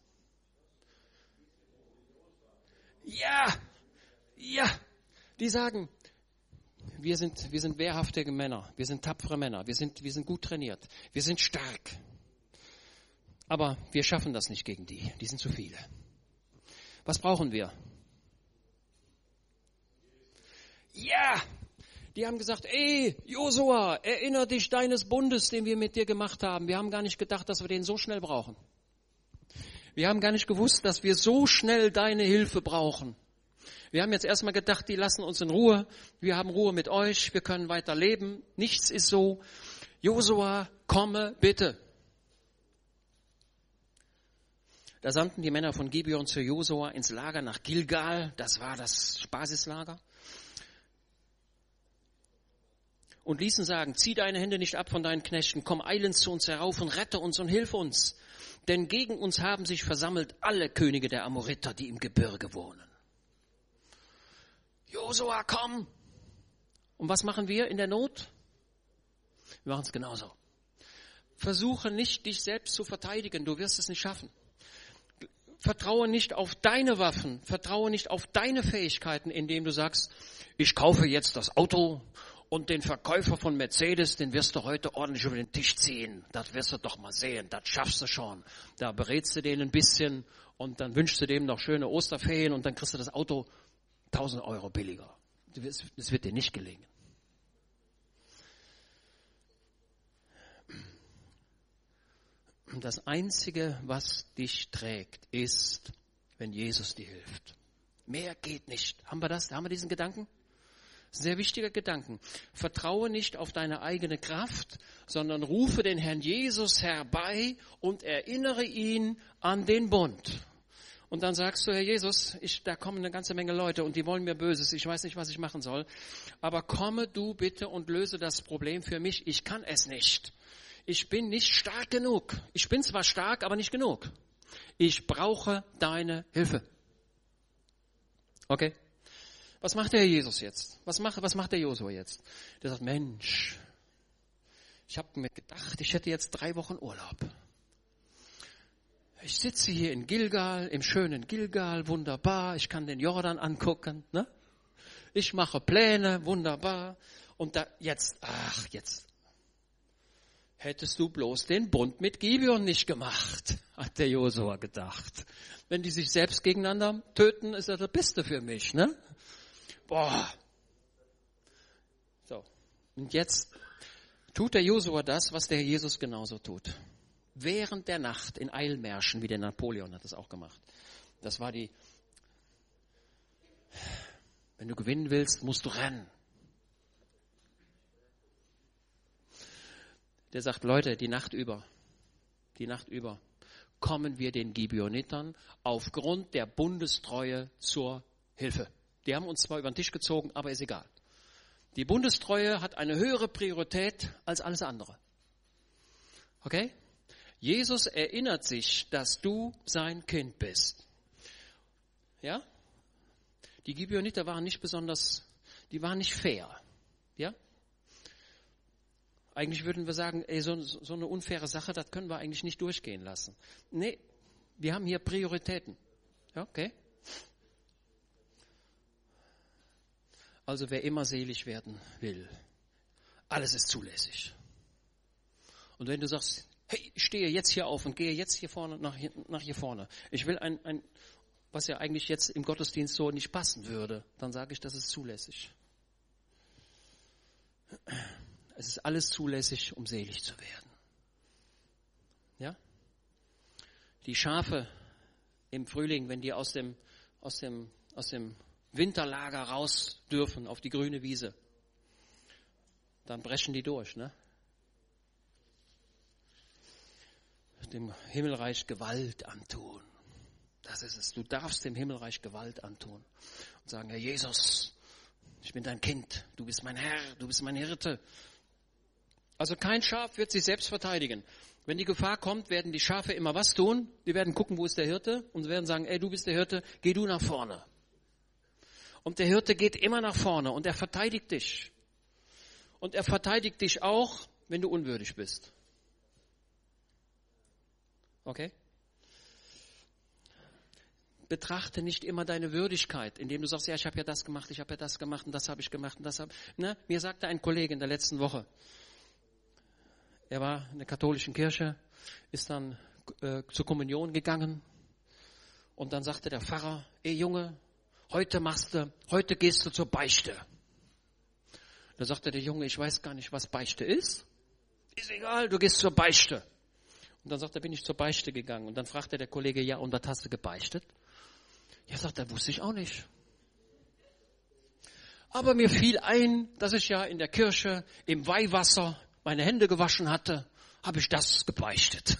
Ja, ja, die sagen, wir sind, wir sind wehrhafte Männer, wir sind tapfere Männer, wir sind, wir sind gut trainiert, wir sind stark. Aber wir schaffen das nicht gegen die, die sind zu viele. Was brauchen wir? Ja, die haben gesagt, ey, Josua, erinnere dich deines Bundes, den wir mit dir gemacht haben. Wir haben gar nicht gedacht, dass wir den so schnell brauchen. Wir haben gar nicht gewusst, dass wir so schnell deine Hilfe brauchen. Wir haben jetzt erstmal gedacht, die lassen uns in Ruhe. Wir haben Ruhe mit euch, wir können weiter leben. Nichts ist so. Josua, komme bitte. Da sandten die Männer von Gibeon zu Josua ins Lager nach Gilgal. Das war das Basislager. Und ließen sagen, zieh deine Hände nicht ab von deinen Knechten, komm eilends zu uns herauf und rette uns und hilf uns. Denn gegen uns haben sich versammelt alle Könige der Amoriter, die im Gebirge wohnen. Josua, komm! Und was machen wir in der Not? Wir machen es genauso. Versuche nicht, dich selbst zu verteidigen, du wirst es nicht schaffen. Vertraue nicht auf deine Waffen, vertraue nicht auf deine Fähigkeiten, indem du sagst, ich kaufe jetzt das Auto und den Verkäufer von Mercedes, den wirst du heute ordentlich über den Tisch ziehen. Das wirst du doch mal sehen, das schaffst du schon. Da berätst du den ein bisschen und dann wünschst du dem noch schöne Osterferien und dann kriegst du das Auto tausend Euro billiger. Das wird dir nicht gelingen. Das Einzige, was dich trägt, ist, wenn Jesus dir hilft. Mehr geht nicht. Haben wir das? Haben wir diesen Gedanken? Sehr wichtiger Gedanken. Vertraue nicht auf deine eigene Kraft, sondern rufe den Herrn Jesus herbei und erinnere ihn an den Bund. Und dann sagst du, Herr Jesus, ich, da kommen eine ganze Menge Leute und die wollen mir Böses. Ich weiß nicht, was ich machen soll. Aber komme du bitte und löse das Problem für mich. Ich kann es nicht. Ich bin nicht stark genug. Ich bin zwar stark, aber nicht genug. Ich brauche deine Hilfe. Okay? Was macht der Herr Jesus jetzt? Was macht, was macht der Josua jetzt? Der sagt, Mensch, ich habe mir gedacht, ich hätte jetzt drei Wochen Urlaub. Ich sitze hier in Gilgal, im schönen Gilgal, wunderbar. Ich kann den Jordan angucken. Ne? Ich mache Pläne, wunderbar. Und da jetzt, ach, jetzt hättest du bloß den Bund mit Gibeon nicht gemacht, hat der Josua gedacht. Wenn die sich selbst gegeneinander töten, ist das das Beste für mich. Ne? Boah. So. Und jetzt tut der Josua das, was der Jesus genauso tut. Während der Nacht in Eilmärschen, wie der Napoleon hat das auch gemacht. Das war die, wenn du gewinnen willst, musst du rennen. Der sagt, Leute, die Nacht über, die Nacht über, kommen wir den Gibeonitern aufgrund der Bundestreue zur Hilfe. Die haben uns zwar über den Tisch gezogen, aber ist egal. Die Bundestreue hat eine höhere Priorität als alles andere. Okay? Jesus erinnert sich, dass du sein Kind bist. Ja? Die Gibeoniter waren nicht besonders, die waren nicht fair. Ja? Eigentlich würden wir sagen, ey, so, so eine unfaire Sache, das können wir eigentlich nicht durchgehen lassen. Nee, wir haben hier Prioritäten. Ja, okay? Also wer immer selig werden will, alles ist zulässig. Und wenn du sagst, hey, ich stehe jetzt hier auf und gehe jetzt hier vorne nach hier, nach hier vorne. Ich will ein, ein, was ja eigentlich jetzt im Gottesdienst so nicht passen würde, dann sage ich, das ist zulässig. Es ist alles zulässig, um selig zu werden. Ja? Die Schafe im Frühling, wenn die aus dem, aus dem, aus dem Winterlager raus dürfen auf die grüne Wiese, dann brechen die durch, ne? Dem Himmelreich Gewalt antun. Das ist es. Du darfst dem Himmelreich Gewalt antun und sagen, Herr Jesus, ich bin dein Kind, du bist mein Herr, du bist mein Hirte. Also kein Schaf wird sich selbst verteidigen. Wenn die Gefahr kommt, werden die Schafe immer was tun? Die werden gucken, wo ist der Hirte? Und sie werden sagen, ey, du bist der Hirte, geh du nach vorne. Und der Hirte geht immer nach vorne und er verteidigt dich. Und er verteidigt dich auch, wenn du unwürdig bist. Okay? Betrachte nicht immer deine Würdigkeit, indem du sagst, ja, ich habe ja das gemacht, ich habe ja das gemacht und das habe ich gemacht und das habe ich. Ne? Mir sagte ein Kollege in der letzten Woche, er war in der katholischen Kirche, ist dann äh, zur Kommunion gegangen und dann sagte der Pfarrer, ey Junge, heute machst du, heute gehst du zur Beichte. Da sagte der Junge, ich weiß gar nicht, was Beichte ist. Ist egal, du gehst zur Beichte. Und dann sagt er, bin ich zur Beichte gegangen. Und dann fragte der Kollege, ja, und was hast du gebeichtet? Ja, sagt er, wusste ich auch nicht. Aber mir fiel ein, dass ich ja in der Kirche im Weihwasser meine Hände gewaschen hatte, habe ich das gebeichtet.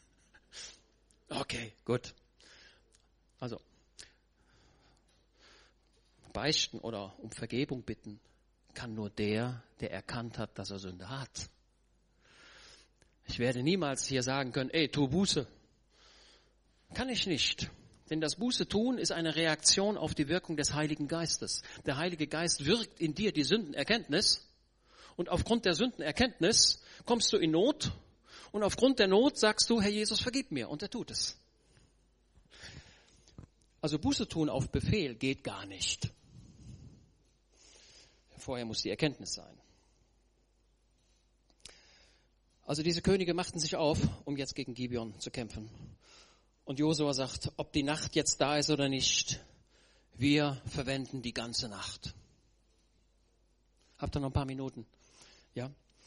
Okay, gut. Also, beichten oder um Vergebung bitten kann nur der, der erkannt hat, dass er Sünde hat. Ich werde niemals hier sagen können, ey, tu Buße. Kann ich nicht. Denn das Buße tun ist eine Reaktion auf die Wirkung des Heiligen Geistes. Der Heilige Geist wirkt in dir die Sündenerkenntnis und aufgrund der Sündenerkenntnis kommst du in Not und aufgrund der Not sagst du, Herr Jesus, vergib mir, und er tut es. Also Buße tun auf Befehl geht gar nicht. Vorher muss die Erkenntnis sein. Also diese Könige machten sich auf, um jetzt gegen Gibeon zu kämpfen. Und Josua sagt, ob die Nacht jetzt da ist oder nicht, wir verwenden die ganze Nacht. Habt ihr noch ein paar Minuten? Ja?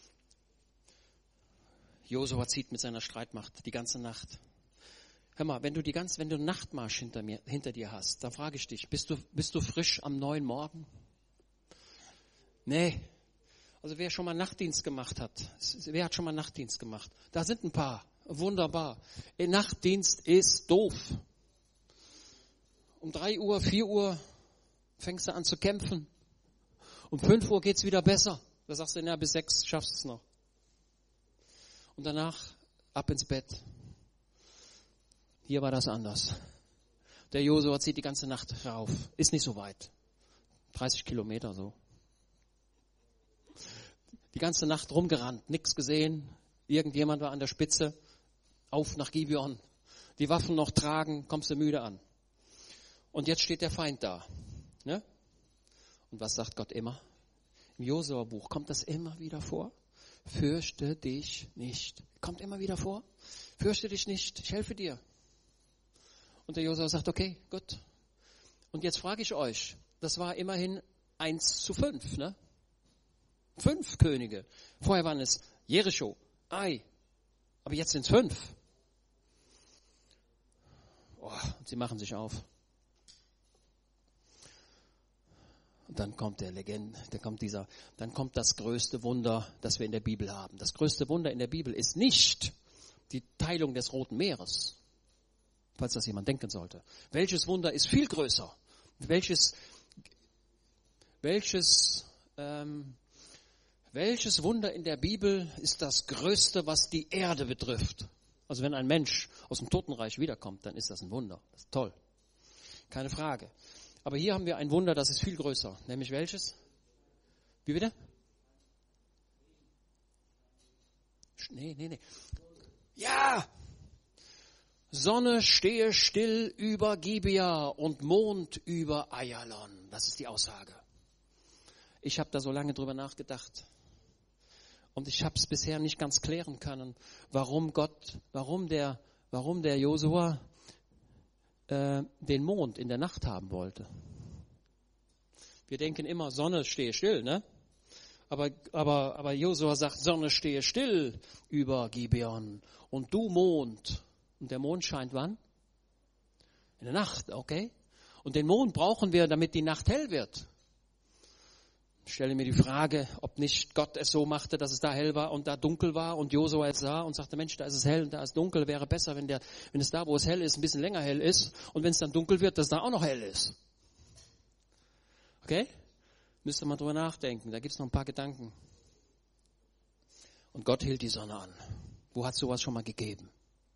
Josua zieht mit seiner Streitmacht die ganze Nacht. Hör mal, wenn du die ganze, wenn du einen Nachtmarsch hinter mir, hinter dir hast, dann frage ich dich, bist du, bist du frisch am neuen Morgen? Nee. Also wer schon mal Nachtdienst gemacht hat, wer hat schon mal Nachtdienst gemacht? Da sind ein paar, wunderbar. Der Nachtdienst ist doof. Um drei Uhr, vier Uhr fängst du an zu kämpfen. Um fünf Uhr geht's wieder besser. Da sagst du, na, bis sechs schaffst du es noch. Und danach ab ins Bett. Hier war das anders. Der Josua zieht die ganze Nacht rauf. Ist nicht so weit. dreißig Kilometer so. Die ganze Nacht rumgerannt, nichts gesehen. Irgendjemand war an der Spitze. Auf nach Gibeon. Die Waffen noch tragen, kommst du müde an. Und jetzt steht der Feind da. Ne? Und was sagt Gott immer? Im Josua-Buch kommt das immer wieder vor. Fürchte dich nicht. Kommt immer wieder vor. Fürchte dich nicht, ich helfe dir. Und der Josua sagt, okay, gut. Und jetzt frage ich euch, das war immerhin eins zu fünf, ne? Fünf Könige. Vorher waren es Jericho, Ai. Aber jetzt sind es fünf. Oh, und sie machen sich auf. Und dann kommt der Legende, dann kommt dieser, dann kommt das größte Wunder, das wir in der Bibel haben. Das größte Wunder in der Bibel ist nicht die Teilung des Roten Meeres, falls das jemand denken sollte. Welches Wunder ist viel größer? Welches, welches, ähm, welches Wunder in der Bibel ist das Größte, was die Erde betrifft? Also wenn ein Mensch aus dem Totenreich wiederkommt, dann ist das ein Wunder. Das ist toll. Keine Frage. Aber hier haben wir ein Wunder, das ist viel größer. Nämlich welches? Wie bitte? Nee, nee, nee. Ja! Sonne stehe still über Gibea und Mond über Ayalon. Das ist die Aussage. Ich habe da so lange drüber nachgedacht. Und ich habe es bisher nicht ganz klären können, warum Gott, warum der, warum der Josua äh, den Mond in der Nacht haben wollte. Wir denken immer, Sonne stehe still, ne? Aber, aber, aber Josua sagt, Sonne stehe still über Gibeon und du Mond. Und der Mond scheint wann? In der Nacht, okay? Und den Mond brauchen wir, damit die Nacht hell wird. Ich stelle mir die Frage, ob nicht Gott es so machte, dass es da hell war und da dunkel war und Josua es sah und sagte, Mensch, da ist es hell und da ist dunkel. Wäre besser, wenn, der, wenn es da, wo es hell ist, ein bisschen länger hell ist und wenn es dann dunkel wird, dass es da auch noch hell ist. Okay? Müsste man drüber nachdenken. Da gibt es noch ein paar Gedanken. Und Gott hielt die Sonne an. Wo hat es sowas schon mal gegeben?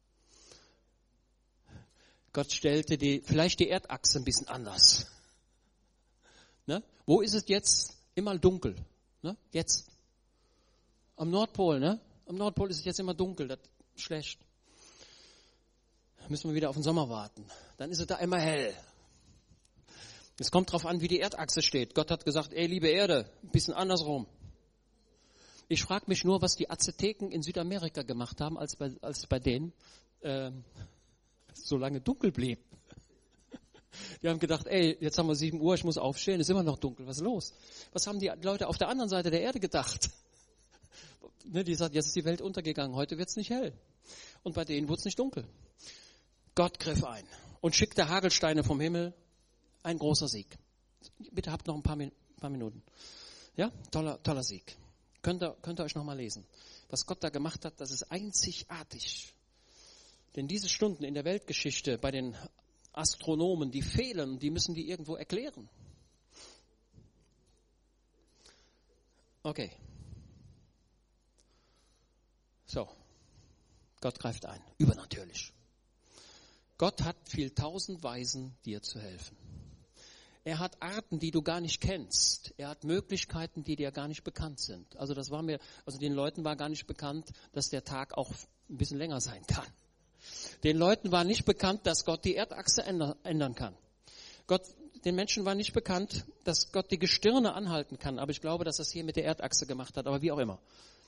Gott stellte die, vielleicht die Erdachse ein bisschen anders. Ne? Wo ist es jetzt immer dunkel? Ne? Jetzt. Am Nordpol, ne? Am Nordpol ist es jetzt immer dunkel. Das ist schlecht. Da müssen wir wieder auf den Sommer warten. Dann ist es da immer hell. Es kommt darauf an, wie die Erdachse steht. Gott hat gesagt, ey, liebe Erde, ein bisschen andersrum. Ich frage mich nur, was die Azteken in Südamerika gemacht haben, als bei, als bei denen äh, so lange dunkel blieb. Die haben gedacht, ey, jetzt haben wir sieben Uhr, ich muss aufstehen, ist immer noch dunkel, was ist los? Was haben die Leute auf der anderen Seite der Erde gedacht? Ne, die sagten, jetzt ist die Welt untergegangen, heute wird es nicht hell. Und bei denen wurde es nicht dunkel. Gott griff ein und schickte Hagelsteine vom Himmel. Ein großer Sieg. Bitte habt noch ein paar, Min- paar Minuten. Ja, toller, toller Sieg. Könnt ihr, könnt ihr euch noch mal lesen. Was Gott da gemacht hat, das ist einzigartig. Denn diese Stunden in der Weltgeschichte bei den Astronomen, die fehlen, die müssen die irgendwo erklären. Okay. So. Gott greift ein. Übernatürlich. Gott hat viel tausend Weisen, dir zu helfen. Er hat Arten, die du gar nicht kennst. Er hat Möglichkeiten, die dir gar nicht bekannt sind. Also das war mir, also den Leuten war gar nicht bekannt, dass der Tag auch ein bisschen länger sein kann. Den Leuten war nicht bekannt, dass Gott die Erdachse ändern kann. Gott, den Menschen war nicht bekannt, dass Gott die Gestirne anhalten kann. Aber ich glaube, dass er es hier mit der Erdachse gemacht hat. Aber wie auch immer.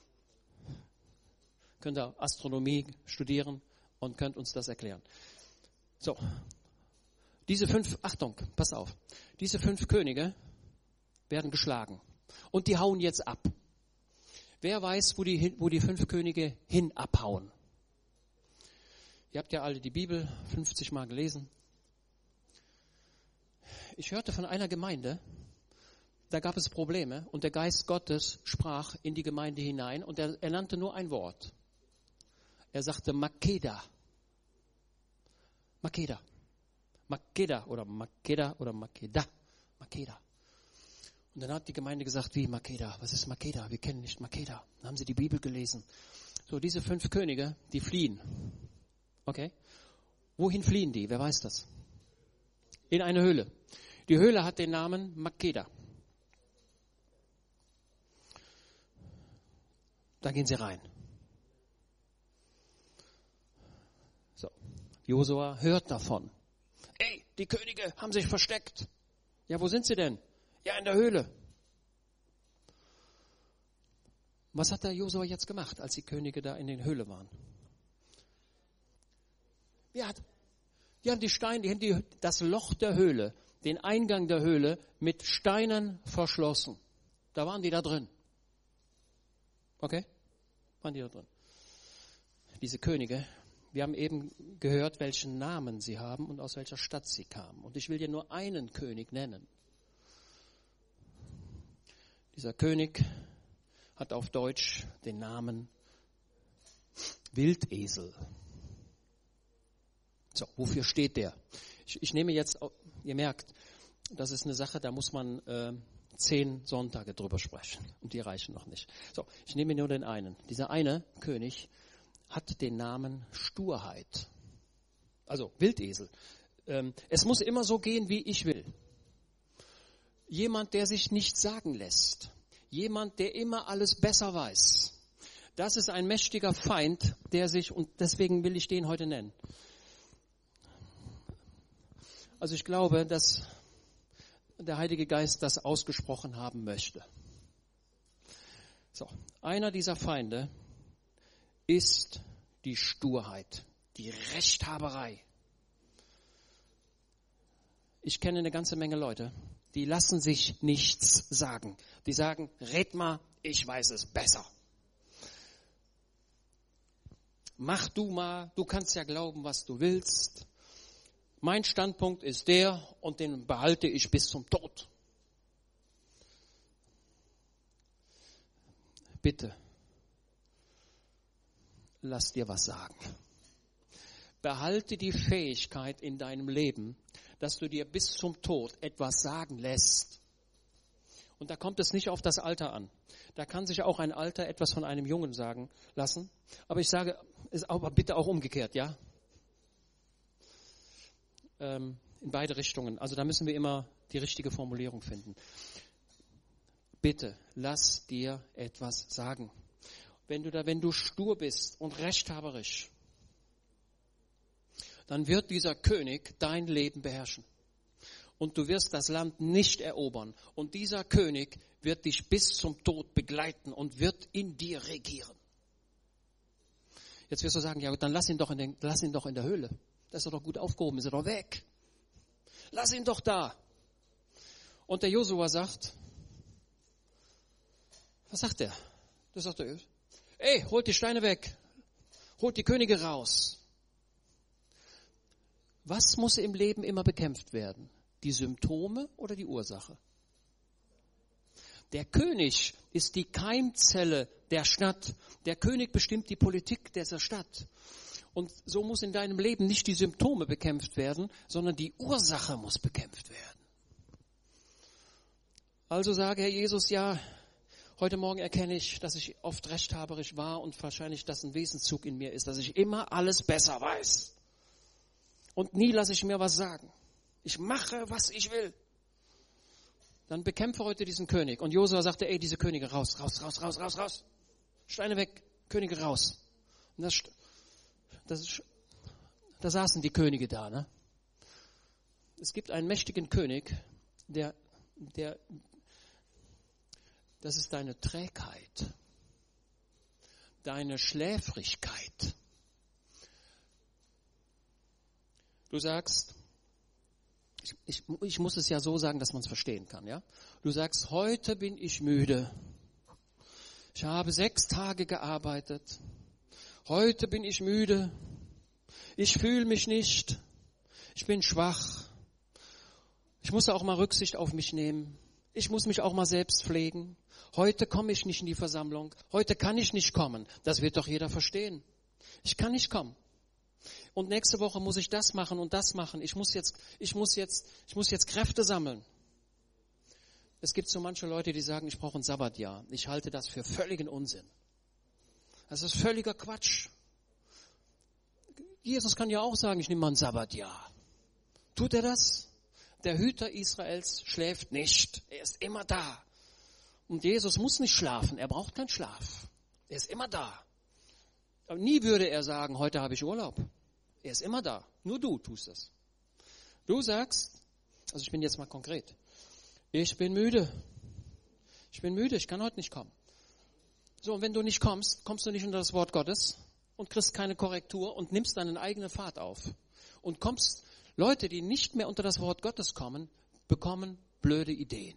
Könnt ihr Astronomie studieren und könnt uns das erklären. So. Diese fünf, Achtung, pass auf, diese fünf Könige werden geschlagen und die hauen jetzt ab. Wer weiß, wo die, wo die fünf Könige hin abhauen? Ihr habt ja alle die Bibel fünfzig Mal gelesen. Ich hörte von einer Gemeinde, da gab es Probleme und der Geist Gottes sprach in die Gemeinde hinein und er, er nannte nur ein Wort. Er sagte Makeda. Makeda. Makeda oder Makeda oder Makeda. Makeda. Und dann hat die Gemeinde gesagt, wie Makeda? Was ist Makeda? Wir kennen nicht Makeda. Dann haben sie die Bibel gelesen. So, diese fünf Könige, die fliehen. Okay? Wohin fliehen die? Wer weiß das? In eine Höhle. Die Höhle hat den Namen Makeda. Da gehen sie rein. So. Josua hört davon. Ey, die Könige haben sich versteckt. Ja, wo sind sie denn? Ja, in der Höhle. Was hat der Josua jetzt gemacht, als die Könige da in der Höhle waren? Ja, hat, die haben die Steine, die haben die, das Loch der Höhle, den Eingang der Höhle mit Steinen verschlossen. Da waren die da drin. Okay? Waren die da drin. Diese Könige, wir haben eben gehört, welchen Namen sie haben und aus welcher Stadt sie kamen. Und ich will dir nur einen König nennen. Dieser König hat auf Deutsch den Namen Wildesel. So, wofür steht der? Ich, ich nehme jetzt, ihr merkt, das ist eine Sache, da muss man äh, zehn Sonntage drüber sprechen. Und die reichen noch nicht. So, ich nehme nur den einen. Dieser eine König hat den Namen Sturheit. Also Wildesel. Ähm, es muss immer so gehen, wie ich will. Jemand, der sich nichts sagen lässt. Jemand, der immer alles besser weiß. Das ist ein mächtiger Feind, der sich, und deswegen will ich den heute nennen. Also ich glaube, dass der Heilige Geist das ausgesprochen haben möchte. So, einer dieser Feinde ist die Sturheit, die Rechthaberei. Ich kenne eine ganze Menge Leute, die lassen sich nichts sagen. Die sagen, red mal, ich weiß es besser. Mach du mal, du kannst ja glauben, was du willst. Mein Standpunkt ist der und den behalte ich bis zum Tod. Bitte, lass dir was sagen. Behalte die Fähigkeit in deinem Leben, dass du dir bis zum Tod etwas sagen lässt. Und da kommt es nicht auf das Alter an. Da kann sich auch ein Alter etwas von einem Jungen sagen lassen. Aber ich sage, ist aber bitte auch umgekehrt, ja? Ähm, in beide Richtungen. Also da müssen wir immer die richtige Formulierung finden. Bitte, lass dir etwas sagen. Wenn du da, wenn du stur bist und rechthaberisch, dann wird dieser König dein Leben beherrschen. Und du wirst das Land nicht erobern. Und dieser König wird dich bis zum Tod begleiten und wird in dir regieren. Jetzt wirst du sagen, ja, dann lass ihn doch in, den, lass ihn doch in der Höhle. Das ist doch gut aufgehoben, ist er doch weg. Lass ihn doch da. Und der Josua sagt, was sagt er? Das sagt er, ey, holt die Steine weg. Holt die Könige raus. Was muss im Leben immer bekämpft werden? Die Symptome oder die Ursache? Der König ist die Keimzelle der Stadt. Der König bestimmt die Politik dieser Stadt. Und so muss in deinem Leben nicht die Symptome bekämpft werden, sondern die Ursache muss bekämpft werden. Also sage Herr Jesus, ja, heute Morgen erkenne ich, dass ich oft rechthaberisch war und wahrscheinlich das ein Wesenszug in mir ist, dass ich immer alles besser weiß. Und nie lasse ich mir was sagen. Ich mache, was ich will. Dann bekämpfe heute diesen König. Und Josua sagte, ey, diese Könige raus, raus, raus, raus, raus, raus. Steine weg, Könige raus. Und das, das, da saßen die Könige da. Ne? Es gibt einen mächtigen König, der, der, das ist deine Trägheit, deine Schläfrigkeit. Du sagst, ich, ich, ich muss es ja so sagen, dass man es verstehen kann. Ja? Du sagst, heute bin ich müde. Ich habe sechs Tage gearbeitet. Heute bin ich müde. Ich fühle mich nicht. Ich bin schwach. Ich muss auch mal Rücksicht auf mich nehmen. Ich muss mich auch mal selbst pflegen. Heute komme ich nicht in die Versammlung. Heute kann ich nicht kommen. Das wird doch jeder verstehen. Ich kann nicht kommen. Und nächste Woche muss ich das machen und das machen. Ich muss jetzt, ich muss jetzt, ich muss jetzt Kräfte sammeln. Es gibt so manche Leute, die sagen, ich brauche ein Sabbatjahr. Ich halte das für völligen Unsinn. Das ist völliger Quatsch. Jesus kann ja auch sagen, ich nehme mal ein Sabbatjahr. Tut er das? Der Hüter Israels schläft nicht. Er ist immer da. Und Jesus muss nicht schlafen. Er braucht keinen Schlaf. Er ist immer da. Aber nie würde er sagen, heute habe ich Urlaub. Er ist immer da. Nur du tust das. Du sagst, also ich bin jetzt mal konkret, ich bin müde. Ich bin müde, ich kann heute nicht kommen. So, und wenn du nicht kommst, kommst du nicht unter das Wort Gottes und kriegst keine Korrektur und nimmst deinen eigenen Pfad auf. Und kommst, Leute, die nicht mehr unter das Wort Gottes kommen, bekommen blöde Ideen.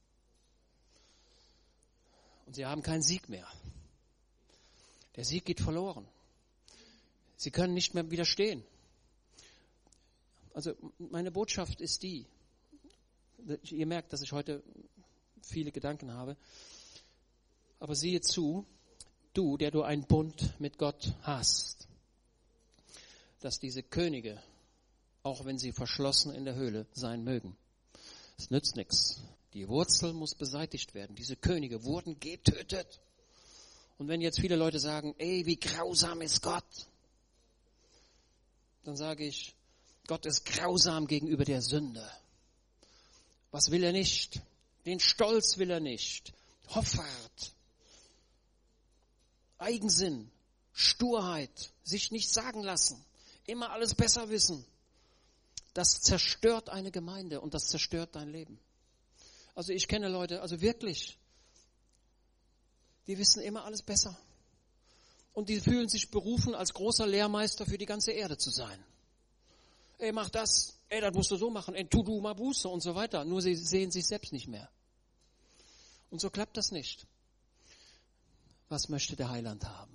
Und sie haben keinen Sieg mehr. Der Sieg geht verloren. Sie können nicht mehr widerstehen. Also meine Botschaft ist die, ihr merkt, dass ich heute viele Gedanken habe, aber siehe zu, du, der du einen Bund mit Gott hast, dass diese Könige, auch wenn sie verschlossen in der Höhle sein mögen, Es nützt nichts. Die Wurzel muss beseitigt werden. Diese Könige wurden getötet. Und wenn jetzt viele Leute sagen, ey, wie grausam ist Gott, dann sage ich, Gott ist grausam gegenüber der Sünde. Was will er nicht? Den Stolz will er nicht. Hoffart, Eigensinn, Sturheit, sich nichts sagen lassen, immer alles besser wissen. Das zerstört eine Gemeinde und das zerstört dein Leben. Also ich kenne Leute, also wirklich, die wissen immer alles besser. Und die fühlen sich berufen, als großer Lehrmeister für die ganze Erde zu sein. Ey, mach das, ey, das musst du so machen, ey, tu du mal Buße und so weiter. Nur sie sehen sich selbst nicht mehr. Und so klappt das nicht. Was möchte der Heiland haben?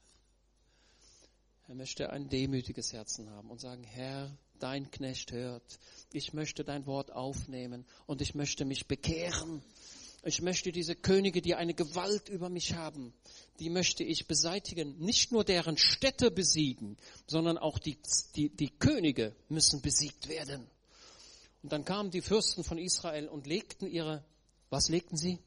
Er möchte ein demütiges Herzen haben und sagen, Herr, dein Knecht hört, ich möchte dein Wort aufnehmen und ich möchte mich bekehren. Ich möchte diese Könige, die eine Gewalt über mich haben, die möchte ich beseitigen. Nicht nur deren Städte besiegen, sondern auch die, die, die Könige müssen besiegt werden. Und dann kamen die Fürsten von Israel und legten ihre, was legten sie?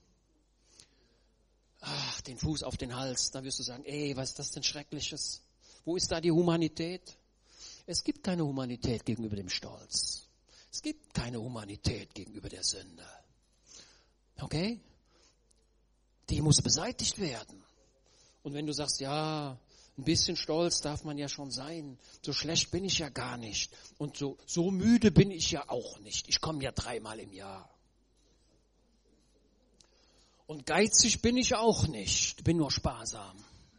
Ach, den Fuß auf den Hals. Dann wirst du sagen, ey, was ist das denn Schreckliches? Wo ist da die Humanität? Es gibt keine Humanität gegenüber dem Stolz. Es gibt keine Humanität gegenüber der Sünde. Okay? Die muss beseitigt werden. Und wenn du sagst, ja, ein bisschen stolz darf man ja schon sein. So schlecht bin ich ja gar nicht. Und so, so müde bin ich ja auch nicht. Ich komme ja dreimal im Jahr. Und geizig bin ich auch nicht. Bin nur sparsam.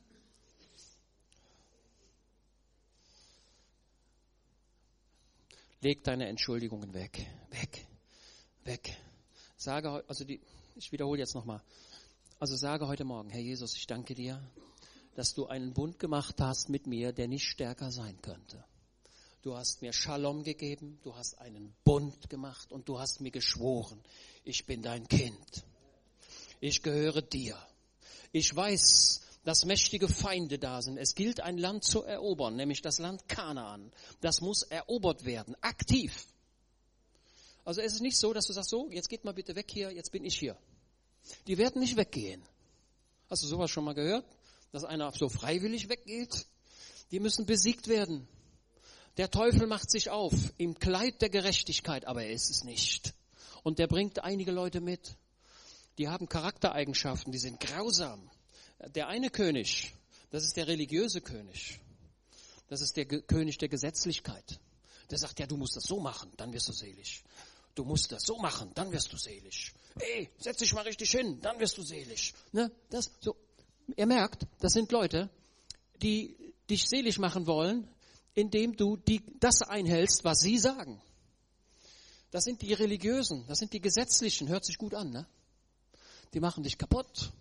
Leg deine Entschuldigungen weg. Weg. Weg. Sage, also die, ich wiederhole jetzt nochmal. Also sage heute Morgen, Herr Jesus, ich danke dir, dass du einen Bund gemacht hast mit mir, der nicht stärker sein könnte. Du hast mir Shalom gegeben, du hast einen Bund gemacht und du hast mir geschworen, ich bin dein Kind. Ich gehöre dir. Ich weiß, dass mächtige Feinde da sind. Es gilt, ein Land zu erobern, nämlich das Land Kanaan. Das muss erobert werden, aktiv. Also es ist nicht so, dass du sagst, so, jetzt geht mal bitte weg hier, jetzt bin ich hier. Die werden nicht weggehen. Hast du sowas schon mal gehört? Dass einer so freiwillig weggeht? Die müssen besiegt werden. Der Teufel macht sich auf im Kleid der Gerechtigkeit, aber er ist es nicht. Und der bringt einige Leute mit. Die haben Charaktereigenschaften, die sind grausam. Der eine König, das ist der religiöse König. Das ist der Ge- König der Gesetzlichkeit. Der sagt, ja, du musst das so machen, dann wirst du selig. Du musst das so machen, dann wirst du selig. Ey, setz dich mal richtig hin, dann wirst du selig. Ne? Das, so. Ihr merkt, das sind Leute, die dich selig machen wollen, indem du die, das einhältst, was sie sagen. Das sind die Religiösen, das sind die Gesetzlichen, hört sich gut an, ne? Die machen dich kaputt.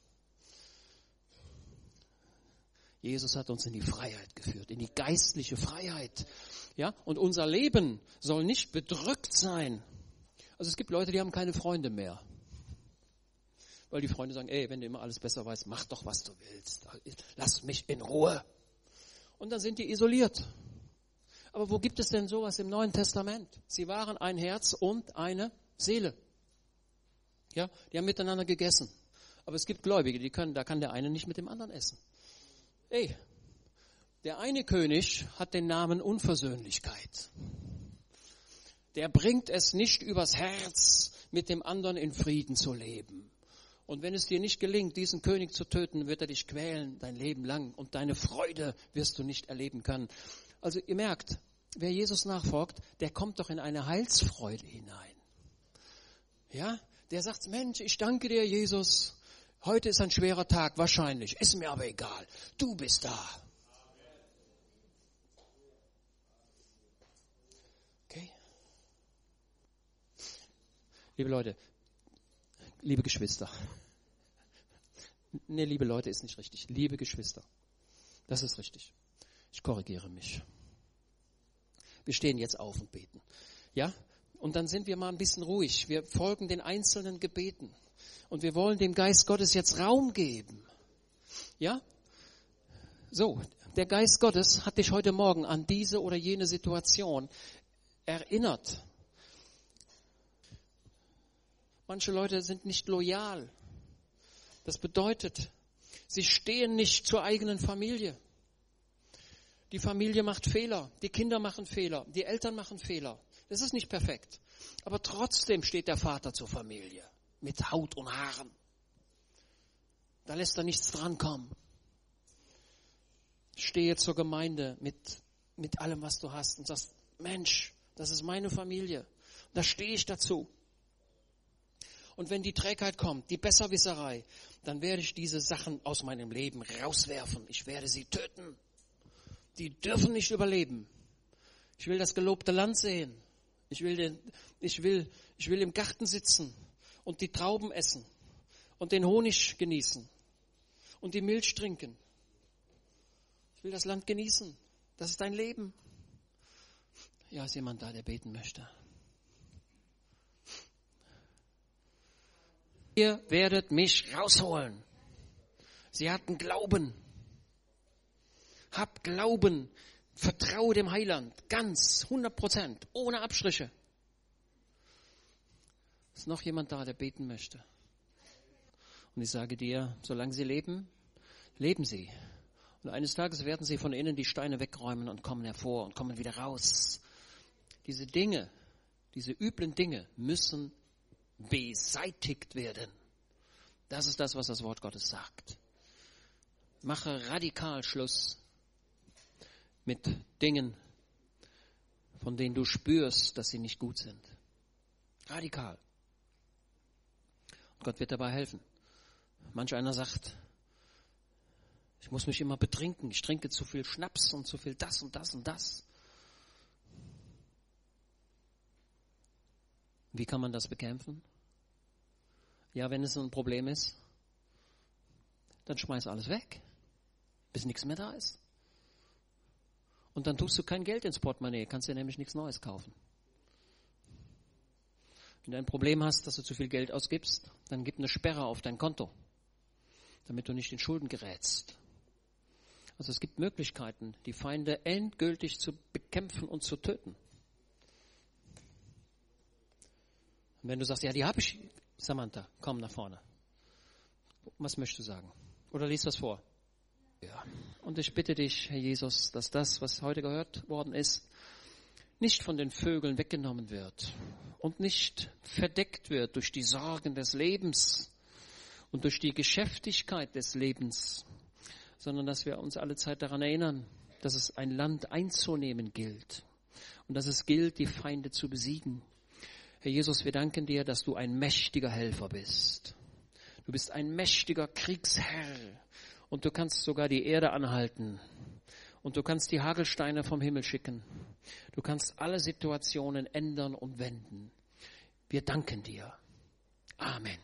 Jesus hat uns in die Freiheit geführt, in die geistliche Freiheit. Ja, und unser Leben soll nicht bedrückt sein. Also es gibt Leute, die haben keine Freunde mehr. Weil die Freunde sagen, ey, wenn du immer alles besser weißt, mach doch, was du willst. Lass mich in Ruhe. Und dann sind die isoliert. Aber wo gibt es denn sowas im Neuen Testament? Sie waren ein Herz und eine Seele. Ja, die haben miteinander gegessen. Aber es gibt Gläubige, die können, da kann der eine nicht mit dem anderen essen. Ey, der eine König hat den Namen Unversöhnlichkeit. Der bringt es nicht übers Herz, mit dem anderen in Frieden zu leben. Und wenn es dir nicht gelingt, diesen König zu töten, wird er dich quälen dein Leben lang. Und deine Freude wirst du nicht erleben können. Also ihr merkt, wer Jesus nachfolgt, der kommt doch in eine Heilsfreude hinein. Ja, der sagt, Mensch, ich danke dir, Jesus. Heute ist ein schwerer Tag, wahrscheinlich. Ist mir aber egal. Du bist da. Okay? Liebe Leute, liebe Geschwister. Ne, liebe Leute ist nicht richtig. Liebe Geschwister. Das ist richtig. Ich korrigiere mich. Wir stehen jetzt auf und beten. Ja? Und dann sind wir mal ein bisschen ruhig. Wir folgen den einzelnen Gebeten. Und wir wollen dem Geist Gottes jetzt Raum geben. Ja? So, der Geist Gottes hat dich heute Morgen an diese oder jene Situation erinnert. Manche Leute sind nicht loyal. Das bedeutet, sie stehen nicht zur eigenen Familie. Die Familie macht Fehler, die Kinder machen Fehler, die Eltern machen Fehler. Das ist nicht perfekt. Aber trotzdem steht der Vater zur Familie mit Haut und Haaren. Da lässt er nichts drankommen. Stehe zur Gemeinde mit, mit allem, was du hast und sagst, Mensch, das ist meine Familie. Da stehe ich dazu. Und wenn die Trägheit kommt, die Besserwisserei, dann werde ich diese Sachen aus meinem Leben rauswerfen. Ich werde sie töten. Die dürfen nicht überleben. Ich will das gelobte Land sehen. Ich will, den, ich will, ich will im Garten sitzen und die Trauben essen und den Honig genießen und die Milch trinken. Ich will das Land genießen. Das ist dein Leben. Ja, ist jemand da, der beten möchte? Ihr werdet mich rausholen. Sie hatten Glauben. Hab Glauben. Vertraue dem Heiland. Ganz, hundert Prozent. Ohne Abstriche. Ist noch jemand da, der beten möchte? Und ich sage dir, solange sie leben, leben sie. Und eines Tages werden sie von innen die Steine wegräumen und kommen hervor und kommen wieder raus. Diese Dinge, diese üblen Dinge müssen beseitigt werden. Das ist das, was das Wort Gottes sagt. Mache radikal Schluss mit Dingen, von denen du spürst, dass sie nicht gut sind. Radikal. Und Gott wird dabei helfen. Manch einer sagt, ich muss mich immer betrinken, ich trinke zu viel Schnaps und zu viel das und das und das. Wie kann man das bekämpfen? Ja, wenn es ein Problem ist, dann schmeiß alles weg, bis nichts mehr da ist. Und dann tust du kein Geld ins Portemonnaie, kannst dir nämlich nichts Neues kaufen. Wenn du ein Problem hast, dass du zu viel Geld ausgibst, dann gib eine Sperre auf dein Konto, damit du nicht in Schulden gerätst. Also es gibt Möglichkeiten, die Feinde endgültig zu bekämpfen und zu töten. Und wenn du sagst, ja, die habe ich, Samantha, komm nach vorne. Was möchtest du sagen? Oder lies was vor. Ja. Und ich bitte dich, Herr Jesus, dass das, was heute gehört worden ist, nicht von den Vögeln weggenommen wird und nicht verdeckt wird durch die Sorgen des Lebens und durch die Geschäftigkeit des Lebens, sondern dass wir uns alle Zeit daran erinnern, dass es ein Land einzunehmen gilt und dass es gilt, die Feinde zu besiegen. Herr Jesus, wir danken dir, dass du ein mächtiger Helfer bist. Du bist ein mächtiger Kriegsherr und du kannst sogar die Erde anhalten und du kannst die Hagelsteine vom Himmel schicken. Du kannst alle Situationen ändern und wenden. Wir danken dir. Amen.